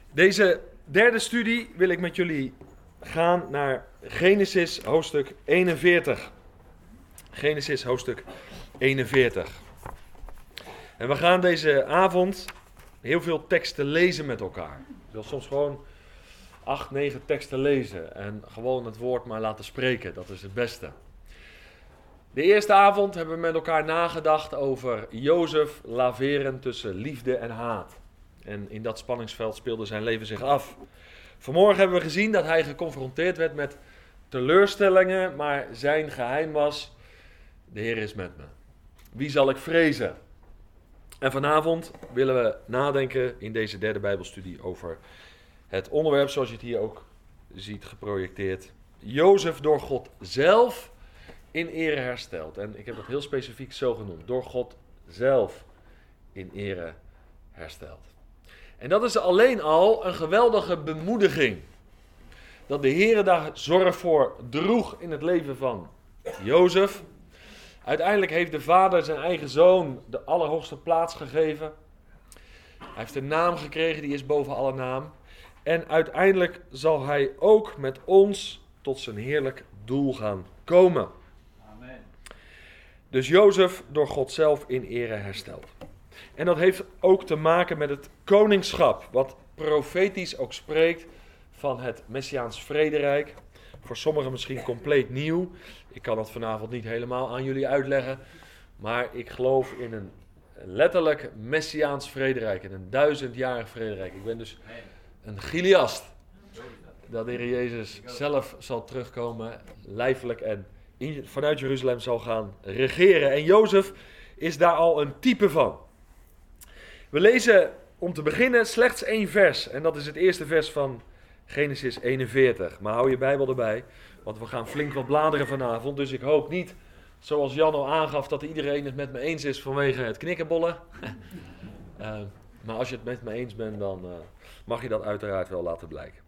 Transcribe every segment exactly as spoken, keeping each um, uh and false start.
Deze derde studie wil ik met jullie gaan naar Genesis hoofdstuk eenenveertig. Genesis hoofdstuk eenenveertig. En we gaan deze avond heel veel teksten lezen met elkaar. Ik wil soms gewoon acht, negen teksten lezen en gewoon het woord maar laten spreken. Dat is het beste. De eerste avond hebben we met elkaar nagedacht over Jozef laveren tussen liefde en haat. En in dat spanningsveld speelde zijn leven zich af. Vanmorgen hebben we gezien dat hij geconfronteerd werd met teleurstellingen, maar zijn geheim was: de Heer is met me. Wie zal ik vrezen? En vanavond willen we nadenken in deze derde Bijbelstudie over het onderwerp zoals je het hier ook ziet geprojecteerd. Jozef door God zelf in ere hersteld. En ik heb dat heel specifiek zo genoemd. Door God zelf in ere hersteld. En dat is alleen al een geweldige bemoediging. Dat de Heer daar zorg voor droeg in het leven van Jozef. Uiteindelijk heeft de vader zijn eigen zoon de allerhoogste plaats gegeven. Hij heeft een naam gekregen, die is boven alle naam. En uiteindelijk zal hij ook met ons tot zijn heerlijk doel gaan komen. Amen. Dus Jozef door God zelf in ere hersteld. En dat heeft ook te maken met het koningschap, wat profetisch ook spreekt van het Messiaans vrederijk. Voor sommigen misschien compleet nieuw. Ik kan dat vanavond niet helemaal aan jullie uitleggen. Maar ik geloof in een letterlijk Messiaans vrederijk, in een duizendjarig vrederijk. Ik ben dus een Chiliast. Dat de Heer Jezus zelf zal terugkomen, lijfelijk en in, vanuit Jeruzalem zal gaan regeren. En Jozef is daar al een type van. We lezen om te beginnen slechts één vers. En dat is het eerste vers van Genesis eenenveertig. Maar hou je Bijbel erbij, want we gaan flink wat bladeren vanavond. Dus ik hoop niet, zoals Jan al aangaf, dat iedereen het met me eens is vanwege het knikkenbollen. uh, maar als je het met me eens bent, dan uh, mag je dat uiteraard wel laten blijken.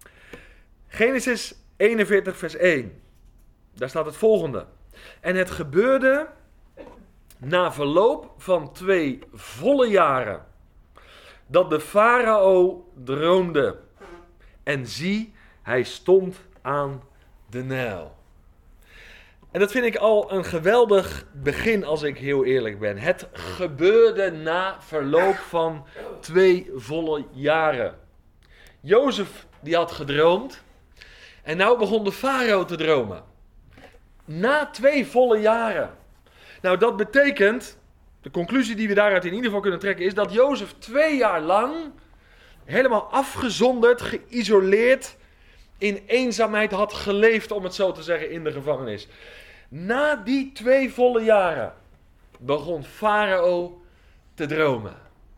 Genesis eenenveertig vers één. Daar staat het volgende. En het gebeurde na verloop van twee volle jaren dat de farao droomde. En zie, hij stond aan de Nijl. En dat vind ik al een geweldig begin als ik heel eerlijk ben. Het gebeurde na verloop van twee volle jaren. Jozef die had gedroomd. En nou begon de farao te dromen. Na twee volle jaren. Nou, dat betekent, de conclusie die we daaruit in ieder geval kunnen trekken, is dat Jozef twee jaar lang helemaal afgezonderd, geïsoleerd, in eenzaamheid had geleefd, om het zo te zeggen, in de gevangenis. Na die twee volle jaren begon farao te dromen.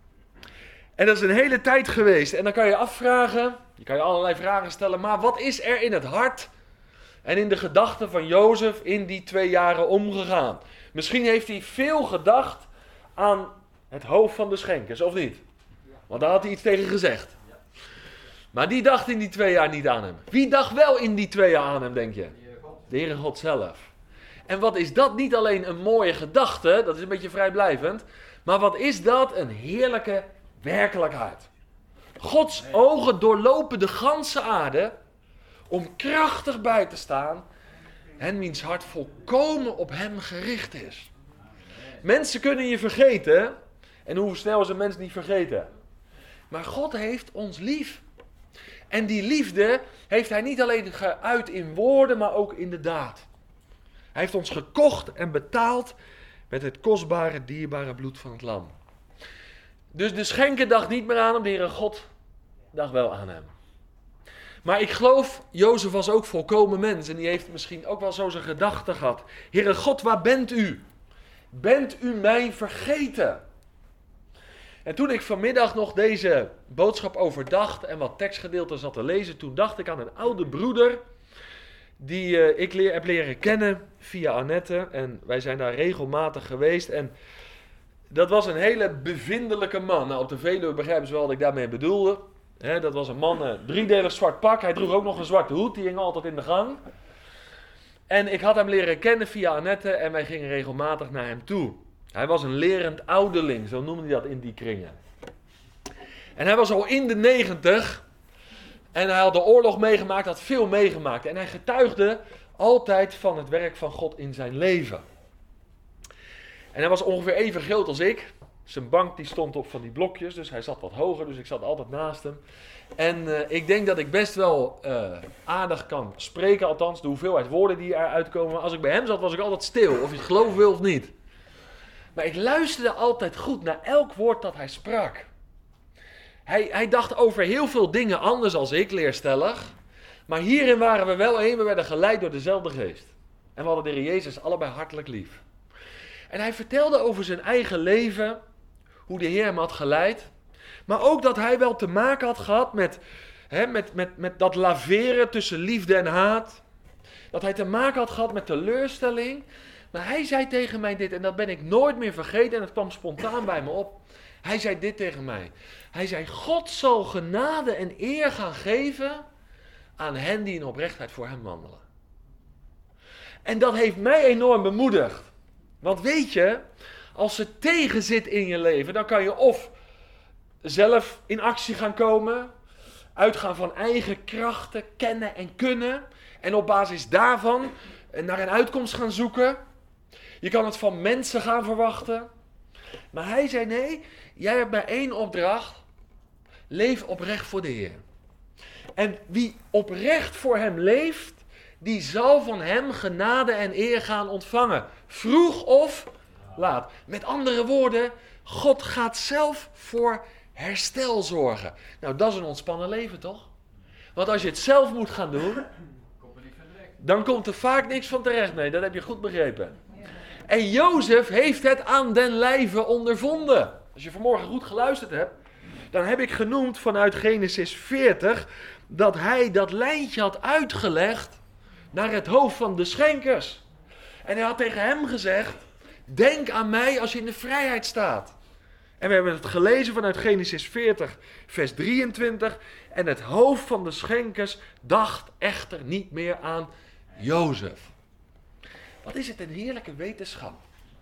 En dat is een hele tijd geweest. En dan kan je afvragen, je kan je allerlei vragen stellen, maar wat is er in het hart en in de gedachten van Jozef in die twee jaren omgegaan? Misschien heeft hij veel gedacht aan het hoofd van de schenkers, of niet? Want daar had hij iets tegen gezegd. Maar die dacht in die twee jaar niet aan hem. Wie dacht wel in die twee jaar aan hem, denk je? De Heere God zelf. En wat is dat niet alleen een mooie gedachte, dat is een beetje vrijblijvend, maar wat is dat een heerlijke werkelijkheid. Gods ogen doorlopen de ganse aarde om krachtig bij te staan en wiens hart volkomen op hem gericht is. Mensen kunnen je vergeten, en hoe snel is een mens niet vergeten? Maar God heeft ons lief. En die liefde heeft hij niet alleen geuit in woorden, maar ook in de daad. Hij heeft ons gekocht en betaald met het kostbare, dierbare bloed van het lam. Dus de schenker dacht niet meer aan hem, de Heere God dacht wel aan hem. Maar ik geloof, Jozef was ook volkomen mens en die heeft misschien ook wel zo zijn gedachten gehad. Heere God, waar bent u? Bent u mij vergeten? En toen ik vanmiddag nog deze boodschap overdacht en wat tekstgedeelten zat te lezen, toen dacht ik aan een oude broeder die uh, ik leer, heb leren kennen via Annette. En wij zijn daar regelmatig geweest. En dat was een hele bevindelijke man. Nou, op de Veluwe begrijpen ze wel wat ik daarmee bedoelde. He, dat was een man, uh, driedelig zwart pak. Hij droeg ook nog een zwarte hoed, die hing altijd in de gang. En ik had hem leren kennen via Annette en wij gingen regelmatig naar hem toe. Hij was een lerend ouderling, zo noemde hij dat in die kringen. En hij was al in de negentig. En hij had de oorlog meegemaakt, had veel meegemaakt. En hij getuigde altijd van het werk van God in zijn leven. En hij was ongeveer even groot als ik. Zijn bank die stond op van die blokjes, dus hij zat wat hoger, dus ik zat altijd naast hem. En uh, ik denk dat ik best wel uh, aardig kan spreken, althans de hoeveelheid woorden die eruit komen. Maar als ik bij hem zat, was ik altijd stil, of je het geloven wil of niet. Maar ik luisterde altijd goed naar elk woord dat hij sprak. Hij, hij dacht over heel veel dingen anders als ik, leerstellig. Maar hierin waren we wel één, we werden geleid door dezelfde geest. En we hadden de Heer Jezus allebei hartelijk lief. En hij vertelde over zijn eigen leven, hoe de Heer hem had geleid. Maar ook dat hij wel te maken had gehad met, hè, met, met, met dat laveren tussen liefde en haat. Dat hij te maken had gehad met teleurstelling. Maar hij zei tegen mij dit, en dat ben ik nooit meer vergeten, en het kwam spontaan bij me op. Hij zei dit tegen mij. Hij zei, God zal genade en eer gaan geven aan hen die in oprechtheid voor hem wandelen. En dat heeft mij enorm bemoedigd. Want weet je, als het tegen zit in je leven, dan kan je of zelf in actie gaan komen, uitgaan van eigen krachten, kennen en kunnen, en op basis daarvan naar een uitkomst gaan zoeken. Je kan het van mensen gaan verwachten. Maar hij zei, nee, jij hebt maar één opdracht. Leef oprecht voor de Heer. En wie oprecht voor hem leeft, die zal van hem genade en eer gaan ontvangen. Vroeg of laat. Met andere woorden, God gaat zelf voor herstel zorgen. Nou, dat is een ontspannen leven, toch? Want als je het zelf moet gaan doen, dan komt er vaak niks van terecht. Nee, dat heb je goed begrepen. En Jozef heeft het aan den lijve ondervonden. Als je vanmorgen goed geluisterd hebt, dan heb ik genoemd vanuit Genesis veertig dat hij dat lijntje had uitgelegd naar het hoofd van de schenkers. En hij had tegen hem gezegd, denk aan mij als je in de vrijheid staat. En we hebben het gelezen vanuit Genesis veertig, vers drieëntwintig. En het hoofd van de schenkers dacht echter niet meer aan Jozef. Wat is het een heerlijke wetenschap.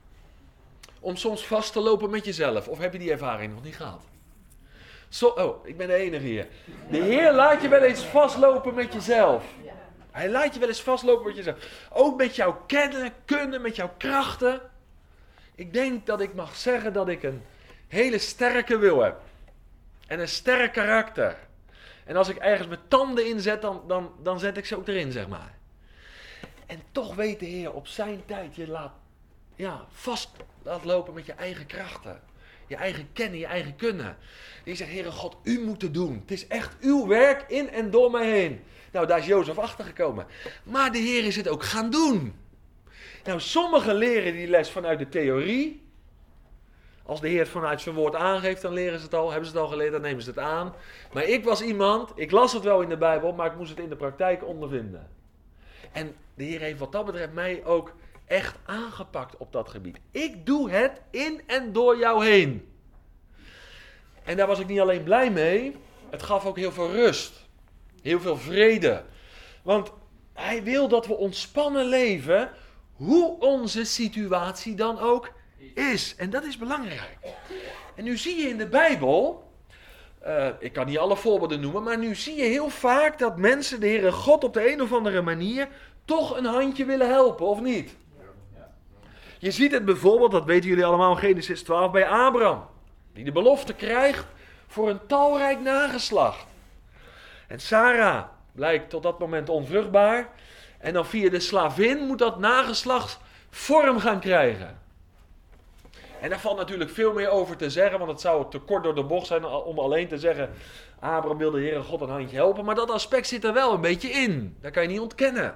Om soms vast te lopen met jezelf. Of heb je die ervaring nog niet gehad? Zo, oh, ik ben de enige hier. De Heer laat je wel eens vastlopen met jezelf. Hij laat je wel eens vastlopen met jezelf. Ook met jouw kennen, kunnen, met jouw krachten. Ik denk dat ik mag zeggen dat ik een hele sterke wil heb. En een sterk karakter. En als ik ergens mijn tanden inzet, dan, dan, dan zet ik ze ook erin, zeg maar. En toch weet de Heer op zijn tijd je laat, ja, vast laat lopen met je eigen krachten. Je eigen kennen, je eigen kunnen. Die zegt, Heere God, u moet het doen. Het is echt uw werk in en door mij heen. Nou, daar is Jozef achtergekomen. Maar de Heer is het ook gaan doen. Nou, sommigen leren die les vanuit de theorie. Als de Heer het vanuit zijn woord aangeeft, dan leren ze het al. Hebben ze het al geleerd, dan nemen ze het aan. Maar ik was iemand, ik las het wel in de Bijbel, maar ik moest het in de praktijk ondervinden. En de Heer heeft wat dat betreft mij ook echt aangepakt op dat gebied. Ik doe het in en door jou heen. En daar was ik niet alleen blij mee. Het gaf ook heel veel rust. Heel veel vrede. Want hij wil dat we ontspannen leven, hoe onze situatie dan ook is. En dat is belangrijk. En nu zie je in de Bijbel, uh, ik kan niet alle voorbeelden noemen, maar nu zie je heel vaak dat mensen de Heere God op de een of andere manier toch een handje willen helpen, of niet? Je ziet het bijvoorbeeld, dat weten jullie allemaal in Genesis twaalf, bij Abraham. Die de belofte krijgt voor een talrijk nageslacht. En Sarah blijkt tot dat moment onvruchtbaar. En dan via de slavin moet dat nageslacht vorm gaan krijgen. En daar valt natuurlijk veel meer over te zeggen, want het zou te kort door de bocht zijn om alleen te zeggen, Abraham wil de Heere God een handje helpen. Maar dat aspect zit er wel een beetje in. Dat kan je niet ontkennen.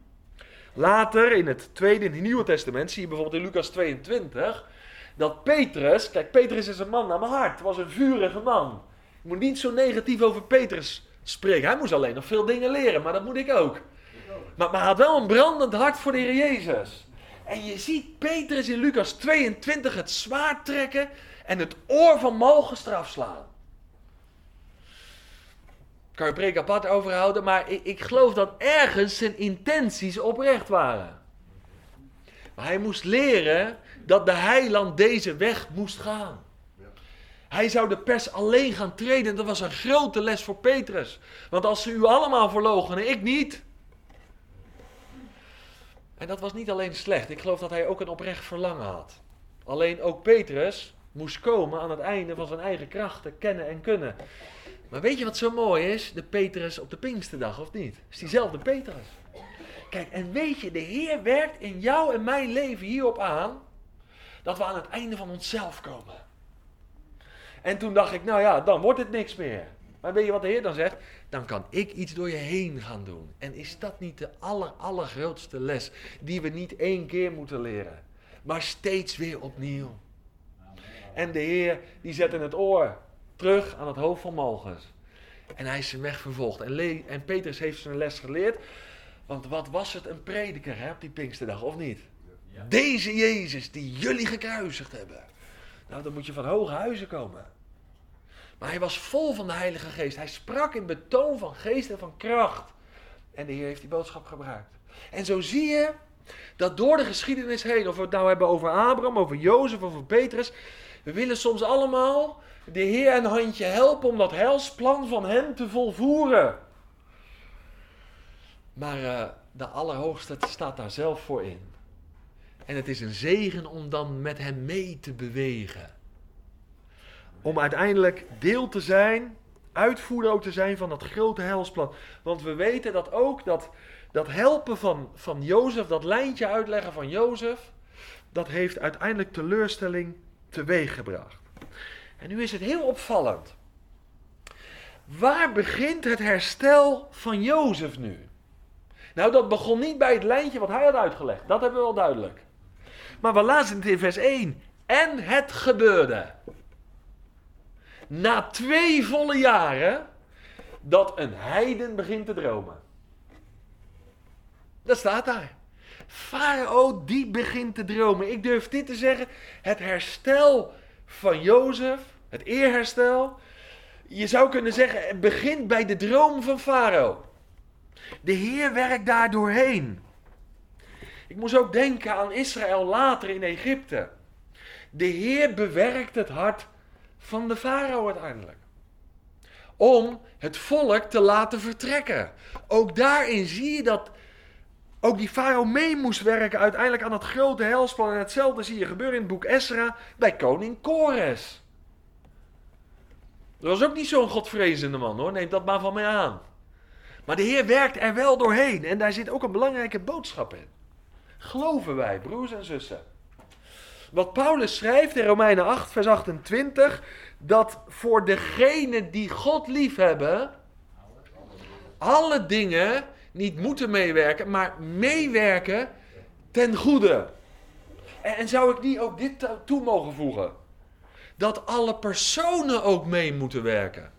Later in het Tweede, in het Nieuwe Testament, zie je bijvoorbeeld in Lucas tweeëntwintig, dat Petrus, kijk, Petrus is een man naar mijn hart, was een vurige man. Je moet niet zo negatief over Petrus spreken. Hij moest alleen nog veel dingen leren, maar dat moet ik ook. Maar, maar hij had wel een brandend hart voor de Heer Jezus. En je ziet Petrus in Lucas tweeëntwintig het zwaard trekken en het oor van Malchus eraf slaan. Kan je preek apart over houden, maar ik, ik geloof dat ergens zijn intenties oprecht waren. Maar hij moest leren dat de heiland deze weg moest gaan. Hij zou de pers alleen gaan treden. Dat was een grote les voor Petrus. Want als ze u allemaal verloochenen, ik niet. En dat was niet alleen slecht. Ik geloof dat hij ook een oprecht verlangen had. Alleen ook Petrus moest komen aan het einde van zijn eigen krachten, kennen en kunnen. Maar weet je wat zo mooi is? De Petrus op de Pinksterdag, of niet? Het is diezelfde Petrus. Kijk, en weet je, de Heer werkt in jou en mijn leven hierop aan, dat we aan het einde van onszelf komen. En toen dacht ik, nou ja, dan wordt het niks meer. Maar weet je wat de Heer dan zegt? Dan kan ik iets door je heen gaan doen. En is dat niet de aller, allergrootste les die we niet één keer moeten leren, maar steeds weer opnieuw? En de Heer die zet in het oor terug aan het hoofd van Malchus. En hij is zijn weg vervolgd. En, Le- en Petrus heeft zijn les geleerd. Want wat was het een prediker, hè, op die Pinksterdag, of niet? Ja. Deze Jezus die jullie gekruisigd hebben. Nou, dan moet je van hoge huizen komen. Maar hij was vol van de Heilige Geest. Hij sprak in betoon van geest en van kracht. En de Heer heeft die boodschap gebruikt. En zo zie je dat door de geschiedenis heen, of we het nou hebben over Abraham, over Jozef, over Petrus, we willen soms allemaal de Heer een handje helpen om dat heilsplan van hem te volvoeren. Maar uh, de Allerhoogste staat daar zelf voor in. En het is een zegen om dan met hem mee te bewegen. Om uiteindelijk deel te zijn, uitvoerder ook te zijn van dat grote heilsplan. Want we weten dat ook, dat, dat helpen van, van Jozef, dat lijntje uitleggen van Jozef, dat heeft uiteindelijk teleurstelling teweeggebracht. En nu is het heel opvallend. Waar begint het herstel van Jozef nu? Nou, dat begon niet bij het lijntje wat hij had uitgelegd. Dat hebben we wel duidelijk. Maar we lazen het in vers één. En het gebeurde. Na twee volle jaren dat een heiden begint te dromen. Dat staat daar. Farao die begint te dromen. Ik durf dit te zeggen. Het herstel van Jozef, het eerherstel. Je zou kunnen zeggen, het begint bij de droom van Farao. De Heer werkt daar doorheen. Ik moest ook denken aan Israël later in Egypte. De Heer bewerkt het hart van de farao uiteindelijk. Om het volk te laten vertrekken. Ook daarin zie je dat ook die farao mee moest werken uiteindelijk aan het grote heilsplan. En hetzelfde zie je gebeuren in het boek Esra bij koning Kores. Dat was ook niet zo'n godvrezende man hoor, neem dat maar van mij aan. Maar de Heer werkt er wel doorheen en daar zit ook een belangrijke boodschap in. Geloven wij, broers en zussen. Wat Paulus schrijft in Romeinen acht, vers achtentwintig, dat voor degenen die God liefhebben, alle dingen niet moeten meewerken, maar meewerken ten goede. En, en zou ik die ook dit toe mogen voegen? Dat alle personen ook mee moeten werken.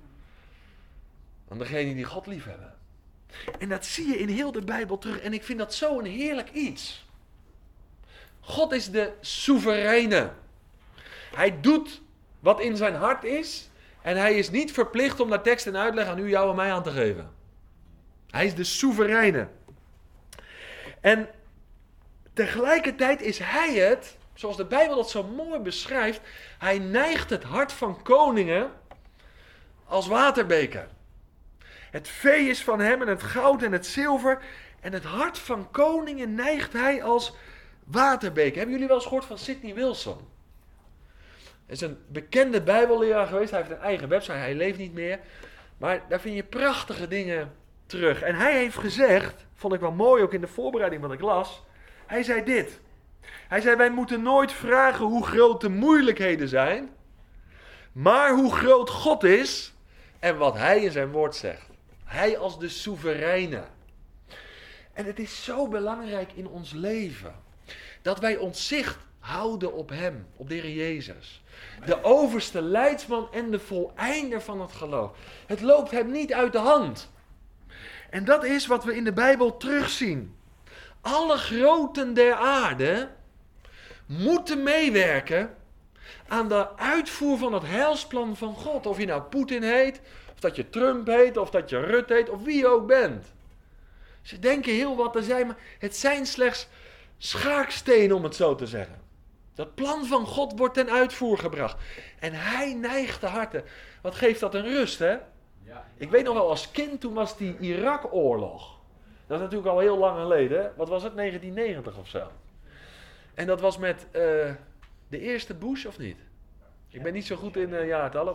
Aan degenen die God liefhebben. En dat zie je in heel de Bijbel terug. En ik vind dat zo'n heerlijk iets. God is de soevereine. Hij doet wat in zijn hart is. En hij is niet verplicht om daar tekst en uitleg aan u, jou en mij aan te geven. Hij is de soevereine. En tegelijkertijd is hij het, zoals de Bijbel dat zo mooi beschrijft, hij neigt het hart van koningen als waterbeken. Het vee is van hem en het goud en het zilver. En het hart van koningen neigt hij als waterbeken. Hebben jullie wel eens gehoord van Sidney Wilson? Hij is een bekende Bijbelleraar geweest. Hij heeft een eigen website. Hij leeft niet meer. Maar daar vind je prachtige dingen terug. En hij heeft gezegd, vond ik wel mooi ook in de voorbereiding wat ik las. Hij zei dit. Hij zei, wij moeten nooit vragen hoe groot de moeilijkheden zijn. Maar hoe groot God is en wat hij in zijn woord zegt. Hij als de soevereine. En het is zo belangrijk in ons leven. Dat wij ons zicht houden op hem. Op de Heer Jezus. De overste leidsman en de voleinder van het geloof. Het loopt hem niet uit de hand. En dat is wat we in de Bijbel terugzien. Alle groten der aarde moeten meewerken aan de uitvoer van het heilsplan van God. Of je nou Poetin heet, of dat je Trump heet, of dat je Rutte heet, of wie je ook bent. Ze denken heel wat te zijn, maar het zijn slechts schaakstenen om het zo te zeggen. Dat plan van God wordt ten uitvoer gebracht. En hij neigt de harten. Wat geeft dat een rust, hè? Ja. Ik weet nog wel, als kind, toen was die Irak-oorlog. Dat is natuurlijk al heel lang geleden. Wat was het? negentien negentig of zo. En dat was met uh, de eerste Bush, of niet? Ik ben niet zo goed in uh, jaartallen.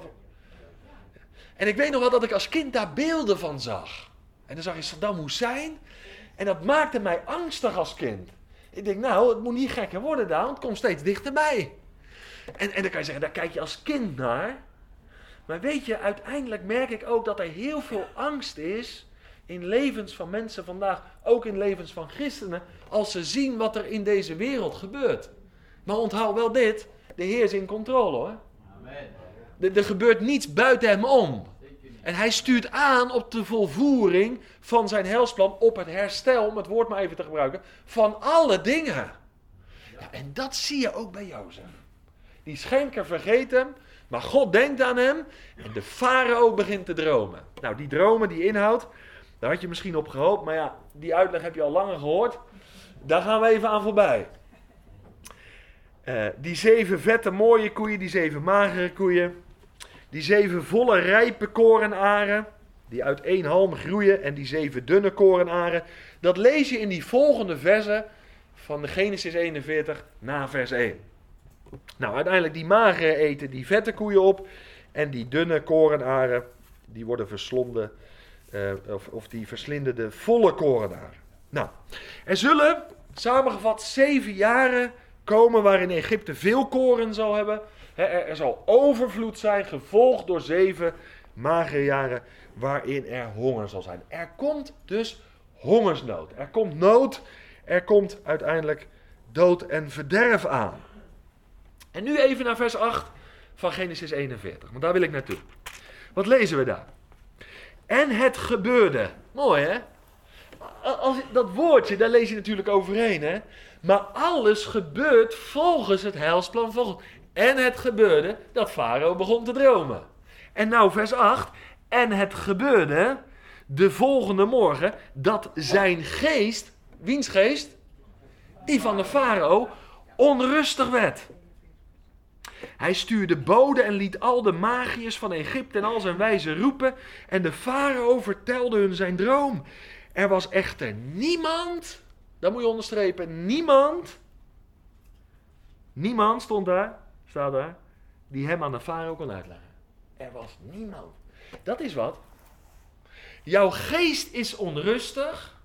En ik weet nog wel dat ik als kind daar beelden van zag. En dan zag je Saddam Hussein. En dat maakte mij angstig als kind. Ik denk, nou, het moet niet gekker worden daar, want het komt steeds dichterbij. En, en dan kan je zeggen, daar kijk je als kind naar. Maar weet je, uiteindelijk merk ik ook dat er heel veel angst is in levens van mensen vandaag, ook in levens van christenen, als ze zien wat er in deze wereld gebeurt. Maar onthoud wel dit, de Heer is in controle, hoor. Amen. Er, er gebeurt niets buiten hem om. En hij stuurt aan op de volvoering van zijn heilsplan, op het herstel, om het woord maar even te gebruiken, van alle dingen. Ja, en dat zie je ook bij Jozef. Die schenker vergeet hem, maar God denkt aan hem en de farao begint te dromen. Nou, die dromen, die inhoud, daar had je misschien op gehoopt, maar ja, die uitleg heb je al langer gehoord. Daar gaan we even aan voorbij. Uh, die zeven vette mooie koeien, die zeven magere koeien. Die zeven volle rijpe korenaren, die uit één halm groeien, en die zeven dunne korenaren. Dat lees je in die volgende versen van de Genesis eenenveertig na vers één. Nou, uiteindelijk die magere eten die vette koeien op. En die dunne korenaren, die worden verslonden, uh, of, of die verslinden de volle korenaren. Nou, er zullen, samengevat, zeven jaren komen waarin Egypte veel koren zal hebben. He, er, er zal overvloed zijn, gevolgd door zeven magere jaren waarin er honger zal zijn. Er komt dus hongersnood. Er komt nood, er komt uiteindelijk dood en verderf aan. En nu even naar vers acht van Genesis eenenveertig, want daar wil ik naartoe. Wat lezen we daar? En het gebeurde. Mooi, hè? Als, dat woordje, daar lees je natuurlijk overheen, hè? Maar alles gebeurt volgens het heilsplan van God. En het gebeurde dat Farao begon te dromen. En nou vers acht. En het gebeurde de volgende morgen dat zijn geest, wiens geest? Die van de Farao, onrustig werd. Hij stuurde boden en liet al de magiërs van Egypte en al zijn wijzen roepen. En de Farao vertelde hun zijn droom. Er was echter niemand, dat moet je onderstrepen, niemand, niemand stond daar, staat daar, die hem aan de Farao kon uitleggen. Er was niemand. Dat is wat. Jouw geest is onrustig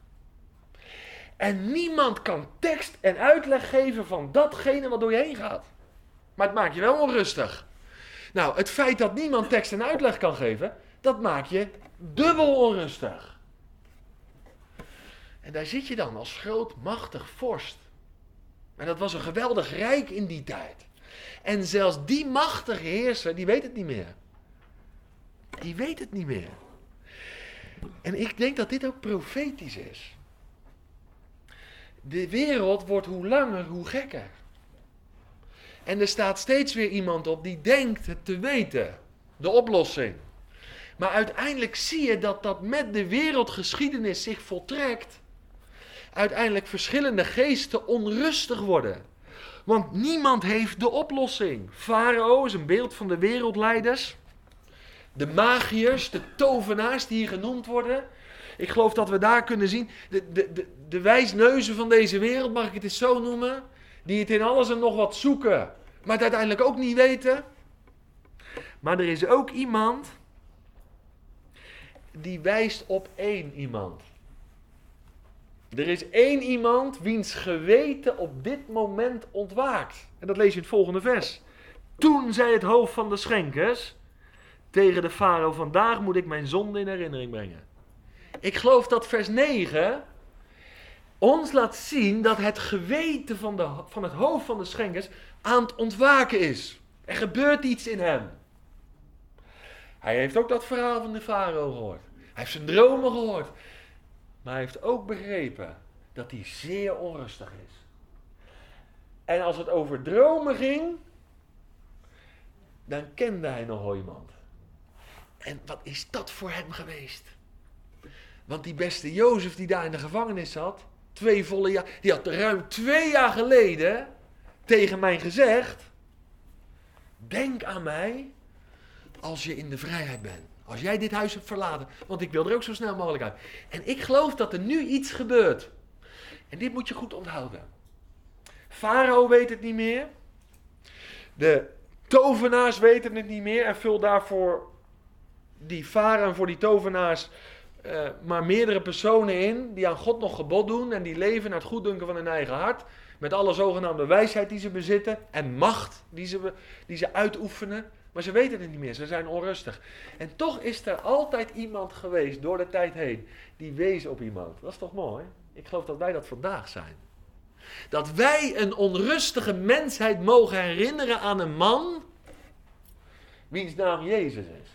en niemand kan tekst en uitleg geven van datgene wat door je heen gaat. Maar het maakt je wel onrustig. Nou, het feit dat niemand tekst en uitleg kan geven, dat maakt je dubbel onrustig. En daar zit je dan als groot, machtig vorst. En dat was een geweldig rijk in die tijd. En zelfs die machtige heerser, die weet het niet meer. Die weet het niet meer. En ik denk dat dit ook profetisch is. De wereld wordt hoe langer, hoe gekker. En er staat steeds weer iemand op die denkt het te weten. De oplossing. Maar uiteindelijk zie je dat dat met de wereldgeschiedenis zich voltrekt. Uiteindelijk verschillende geesten onrustig worden. Want niemand heeft de oplossing. Farao is een beeld van de wereldleiders. De magiërs, de tovenaars die hier genoemd worden. Ik geloof dat we daar kunnen zien. De, de, de, de wijsneuzen van deze wereld, mag ik het eens zo noemen. Die het in alles en nog wat zoeken. Maar het uiteindelijk ook niet weten. Maar er is ook iemand die wijst op één iemand. Er is één iemand wiens geweten op dit moment ontwaakt. En dat lees je in het volgende vers. Toen zei het hoofd van de schenkers tegen de farao: vandaag moet ik mijn zonde in herinnering brengen. Ik geloof dat vers negen ons laat zien dat het geweten van, de, van het hoofd van de schenkers aan het ontwaken is. Er gebeurt iets in hem. Hij heeft ook dat verhaal van de farao gehoord. Hij heeft zijn dromen gehoord. Maar hij heeft ook begrepen dat hij zeer onrustig is. En als het over dromen ging, dan kende hij nog wel iemand. En wat is dat voor hem geweest? Want die beste Jozef die daar in de gevangenis zat, twee volle jaar, die had ruim twee jaar geleden tegen mij gezegd, denk aan mij als je in de vrijheid bent. Als jij dit huis hebt verlaten, want ik wil er ook zo snel mogelijk uit. En ik geloof dat er nu iets gebeurt. En dit moet je goed onthouden. Farao weet het niet meer. De tovenaars weten het niet meer. En vul daarvoor die farao en voor die tovenaars uh, maar meerdere personen in. Die aan God nog gebod doen. En die leven naar het goeddunken van hun eigen hart. Met alle zogenaamde wijsheid die ze bezitten. En macht die ze, die ze uitoefenen. Maar ze weten het niet meer. Ze zijn onrustig. En toch is er altijd iemand geweest door de tijd heen. Die wees op iemand. Dat is toch mooi? Ik geloof dat wij dat vandaag zijn. Dat wij een onrustige mensheid mogen herinneren aan een man wiens naam Jezus is.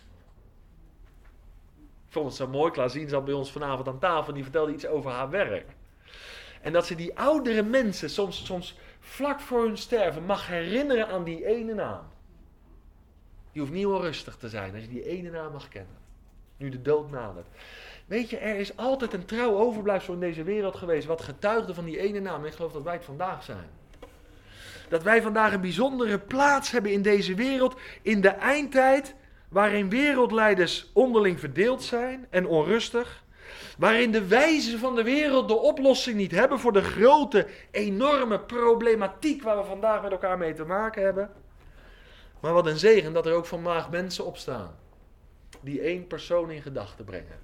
Ik vond het zo mooi. Klaasien zat bij ons vanavond aan tafel en die vertelde iets over haar werk. En dat ze die oudere mensen soms, soms vlak voor hun sterven mag herinneren aan die ene naam. Je hoeft niet onrustig te zijn als je die ene naam mag kennen. Nu de dood nadert. Weet je, er is altijd een trouw overblijfsel in deze wereld geweest wat getuigde van die ene naam. En ik geloof dat wij het vandaag zijn. Dat wij vandaag een bijzondere plaats hebben in deze wereld, in de eindtijd, waarin wereldleiders onderling verdeeld zijn en onrustig. Waarin de wijzen van de wereld de oplossing niet hebben voor de grote, enorme problematiek waar we vandaag met elkaar mee te maken hebben. Maar wat een zegen dat er ook vandaag mensen opstaan die één persoon in gedachten brengen.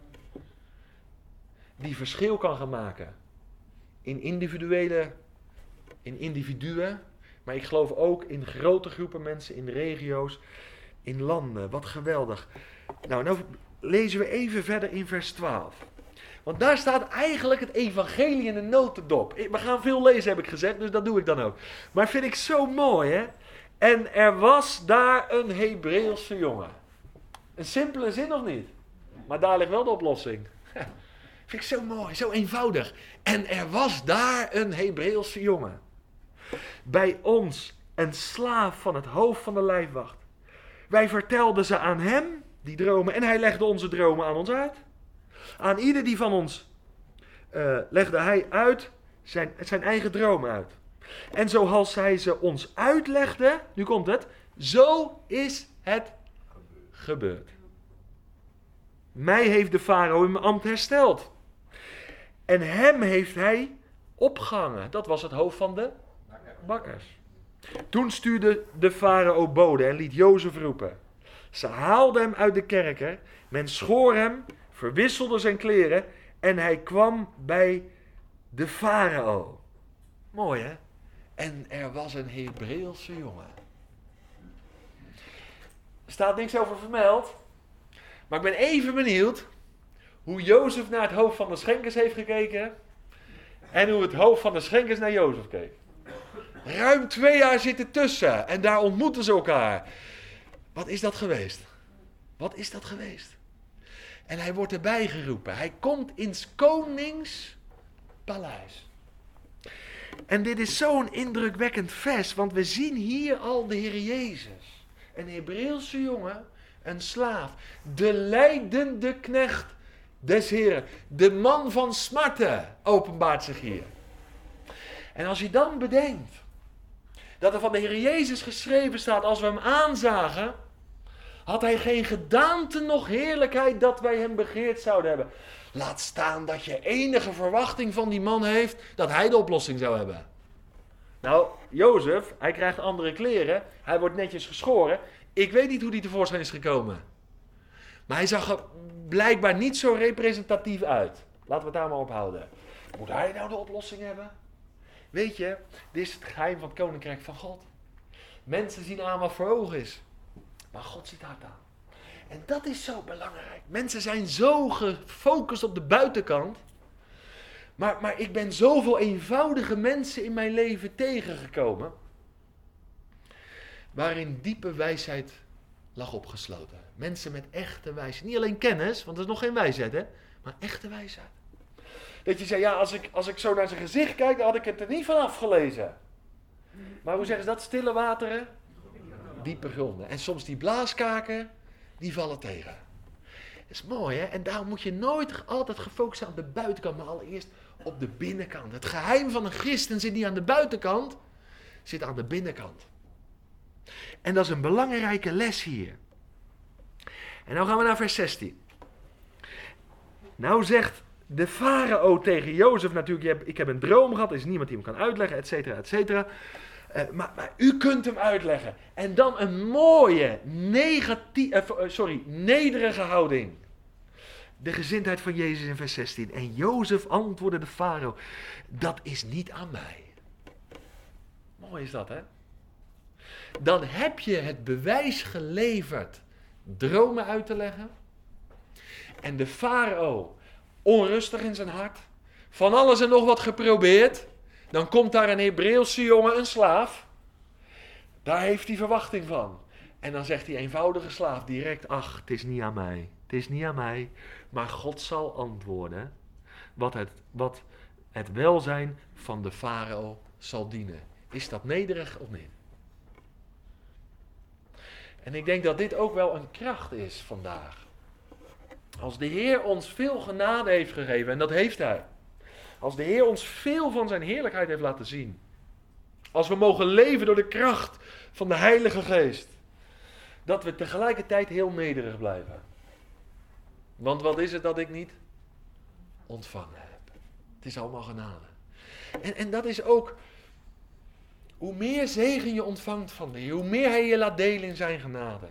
Die verschil kan gaan maken in individuele, in individuen, maar ik geloof ook in grote groepen mensen, in regio's, in landen. Wat geweldig. Nou, nou lezen we even verder in vers twaalf. Want daar staat eigenlijk het evangelie in een notendop. We gaan veel lezen, heb ik gezegd, dus dat doe ik dan ook. Maar vind ik zo mooi, hè? En er was daar een Hebreeuwse jongen. Een simpele zin of niet? Maar daar ligt wel de oplossing. Vind ik zo mooi, zo eenvoudig. En er was daar een Hebreeuwse jongen. Bij ons een slaaf van het hoofd van de lijfwacht. Wij vertelden ze aan hem, die dromen, en hij legde onze dromen aan ons uit. Aan ieder die van ons uh, legde hij uit zijn, zijn eigen dromen uit. En zoals hij ze ons uitlegde, nu komt het, zo is het gebeurd. Mij heeft de farao in mijn ambt hersteld. En hem heeft hij opgehangen. Dat was het hoofd van de bakkers. Toen stuurde de farao bode en liet Jozef roepen. Ze haalden hem uit de kerker. Men schoor hem, verwisselde zijn kleren en hij kwam bij de farao. Mooi, hè? En er was een Hebreeuwse jongen. Er staat niks over vermeld. Maar ik ben even benieuwd hoe Jozef naar het hoofd van de schenkers heeft gekeken. En hoe het hoofd van de schenkers naar Jozef keek. Ruim twee jaar zitten tussen. En daar ontmoeten ze elkaar. Wat is dat geweest? Wat is dat geweest? En hij wordt erbij geroepen. Hij komt in 's konings paleis. En dit is zo'n indrukwekkend vers. Want we zien hier al de Heer Jezus. Een Hebreeuwse jongen. Een slaaf. De lijdende knecht des Heren. De man van smarten openbaart zich hier. En als je dan bedenkt dat er van de Heer Jezus geschreven staat, als we hem aanzagen, had hij geen gedaante noch heerlijkheid dat wij hem begeerd zouden hebben. Laat staan dat je enige verwachting van die man heeft dat hij de oplossing zou hebben. Nou, Jozef, hij krijgt andere kleren, hij wordt netjes geschoren. Ik weet niet hoe die tevoorschijn is gekomen. Maar hij zag er blijkbaar niet zo representatief uit. Laten we het daar maar op houden. Moet hij nou de oplossing hebben? Weet je, dit is het geheim van het koninkrijk van God. Mensen zien aan wat voor ogen is. Maar God ziet hart aan. En dat is zo belangrijk. Mensen zijn zo gefocust op de buitenkant. Maar, maar ik ben zoveel eenvoudige mensen in mijn leven tegengekomen. Waarin diepe wijsheid lag opgesloten. Mensen met echte wijsheid. Niet alleen kennis, want dat is nog geen wijsheid, hè? Maar echte wijsheid. Dat je zei, ja, als ik, als ik zo naar zijn gezicht kijk, dan had ik het er niet van afgelezen. Maar hoe zeggen ze dat? Stille wateren? Diepe gronden. En soms die blaaskaken, die vallen tegen. Dat is mooi, hè? En daarom moet je nooit altijd gefocust zijn op de buitenkant, maar allereerst op de binnenkant. Het geheim van een christen zit niet aan de buitenkant. zit aan de binnenkant. En dat is een belangrijke les hier. En nou gaan we naar vers zestien. Nou zegt de farao tegen Jozef natuurlijk, ik heb een droom gehad, er is niemand die hem kan uitleggen, et cetera, et cetera. Uh, maar, maar u kunt hem uitleggen. En dan een mooie, negatieve, uh, sorry, nederige houding. De gezindheid van Jezus in vers zestien. En Jozef antwoordde de farao, dat is niet aan mij. Mooi is dat, hè? Dan heb je het bewijs geleverd dromen uit te leggen. En de farao, onrustig in zijn hart, van alles en nog wat geprobeerd. Dan komt daar een Hebreeuwse jongen, een slaaf. Daar heeft hij verwachting van. En dan zegt die eenvoudige slaaf direct, ach, het is niet aan mij. Het is niet aan mij. Maar God zal antwoorden wat het, wat het welzijn van de farao zal dienen. Is dat nederig of niet? En ik denk dat dit ook wel een kracht is vandaag. Als de Heer ons veel genade heeft gegeven, en dat heeft Hij. Als de Heer ons veel van zijn heerlijkheid heeft laten zien. Als we mogen leven door de kracht van de Heilige Geest. Dat we tegelijkertijd heel nederig blijven. Want wat is het dat ik niet ontvangen heb? Het is allemaal genade. En, en dat is ook, hoe meer zegen je ontvangt van de Heer, hoe meer Hij je laat delen in zijn genade.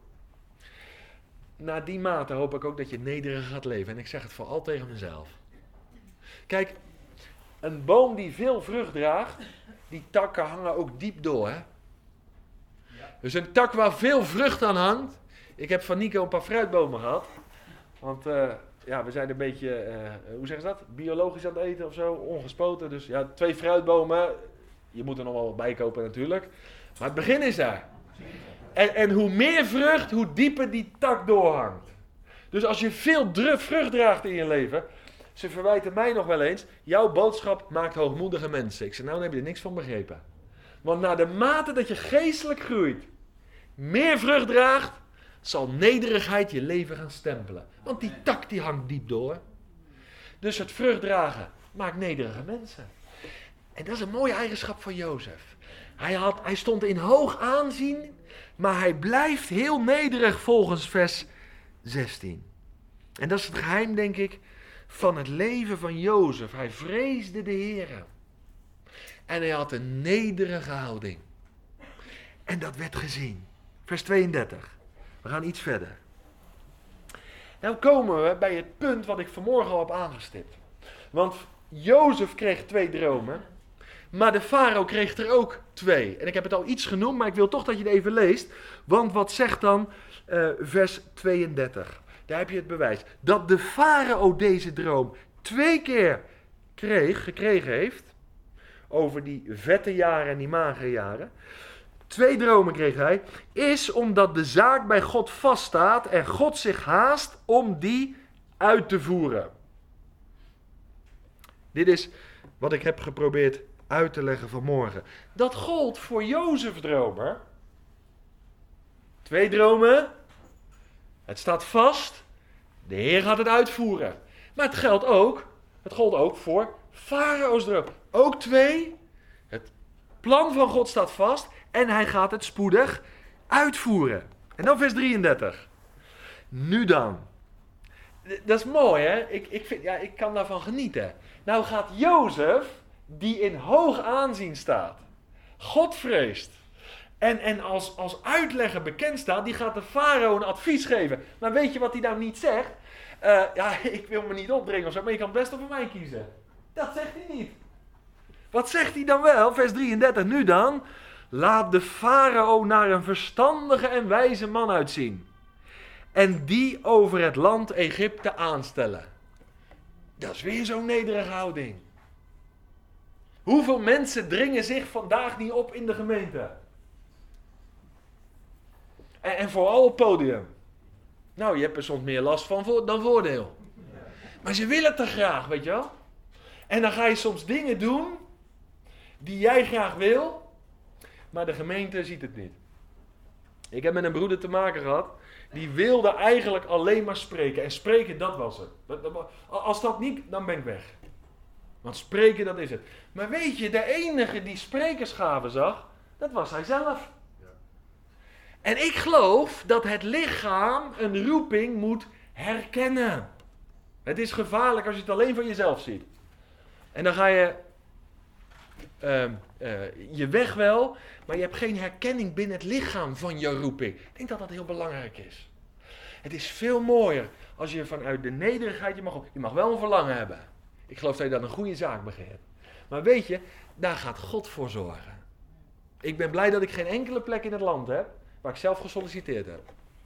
Naar die mate hoop ik ook dat je nederig gaat leven. En ik zeg het vooral tegen mezelf. Kijk, een boom die veel vrucht draagt, die takken hangen ook diep door, hè? Dus een tak waar veel vrucht aan hangt. Ik heb van Nico een paar fruitbomen gehad. Want uh, ja, we zijn een beetje, uh, hoe zeggen ze dat? Biologisch aan het eten of zo, ongespoten. Dus ja, twee fruitbomen. Je moet er nog wel wat bij kopen natuurlijk. Maar het begin is daar. En, en hoe meer vrucht, hoe dieper die tak doorhangt. Dus als je veel dru- vrucht draagt in je leven. Ze verwijten mij nog wel eens, jouw boodschap maakt hoogmoedige mensen. Ik zeg, nou dan heb je er niks van begrepen. Want naar de mate dat je geestelijk groeit, meer vrucht draagt, zal nederigheid je leven gaan stempelen. Want die tak die hangt diep door. Dus het vrucht dragen maakt nederige mensen. En dat is een mooie eigenschap van Jozef. Hij, had, hij stond in hoog aanzien, maar hij blijft heel nederig volgens vers zestien. En dat is het geheim, denk ik, van het leven van Jozef. Hij vreesde de Heere. En hij had een nederige houding. En dat werd gezien. Vers tweeëndertig. We gaan iets verder. Nou komen we bij het punt wat ik vanmorgen al heb aangestipt. Want Jozef kreeg twee dromen. Maar de farao kreeg er ook twee. En ik heb het al iets genoemd, maar ik wil toch dat je het even leest. Want wat zegt dan uh, vers tweeëndertig? Daar heb je het bewijs. Dat de farao deze droom twee keer kreeg, gekregen heeft. Over die vette jaren en die magere jaren. Twee dromen kreeg hij. Is omdat de zaak bij God vaststaat en God zich haast om die uit te voeren. Dit is wat ik heb geprobeerd uit te leggen vanmorgen. Dat gold voor Jozef dromer. Twee dromen. Het staat vast. De Heer gaat het uitvoeren. Maar het geldt ook, het gold ook voor Farao's droom. Ook twee. Het plan van God staat vast en hij gaat het spoedig uitvoeren. En dan vers drieëndertig. Nu dan. Dat is mooi, hè? Ik, ik, vind, ja, ik kan daarvan genieten. Nou gaat Jozef, die in hoog aanzien staat, God vreest en, en als, als uitlegger bekend staat, die gaat de farao een advies geven. Maar weet je wat hij nou niet zegt? Uh, ja, ik wil me niet opdringen of zo, maar je kan het best voor mij kiezen. Dat zegt hij niet. Wat zegt hij dan wel? Vers drieëndertig. Nu dan, laat de farao naar een verstandige en wijze man uitzien. En die over het land Egypte aanstellen. Dat is weer zo'n nederige houding. Hoeveel mensen dringen zich vandaag niet op in de gemeente? En, en vooral op podium. Nou, je hebt er soms meer last van vo- dan voordeel. Maar ze willen het te graag, weet je wel? En dan ga je soms dingen doen die jij graag wil, maar de gemeente ziet het niet. Ik heb met een broeder te maken gehad, die wilde eigenlijk alleen maar spreken. En spreken, dat was het. Als dat niet, dan ben ik weg. Want spreken, dat is het. Maar weet je, de enige die sprekersgaven zag, dat was hij zelf. Ja. En ik geloof dat het lichaam een roeping moet herkennen. Het is gevaarlijk als je het alleen van jezelf ziet. En dan ga je uh, uh, je weg wel, maar je hebt geen herkenning binnen het lichaam van je roeping. Ik denk dat dat heel belangrijk is. Het is veel mooier als je vanuit de nederigheid, je mag, je mag wel een verlangen hebben. Ik geloof dat je dan een goede zaak begint. Maar weet je, daar gaat God voor zorgen. Ik ben blij dat ik geen enkele plek in het land heb waar ik zelf gesolliciteerd heb.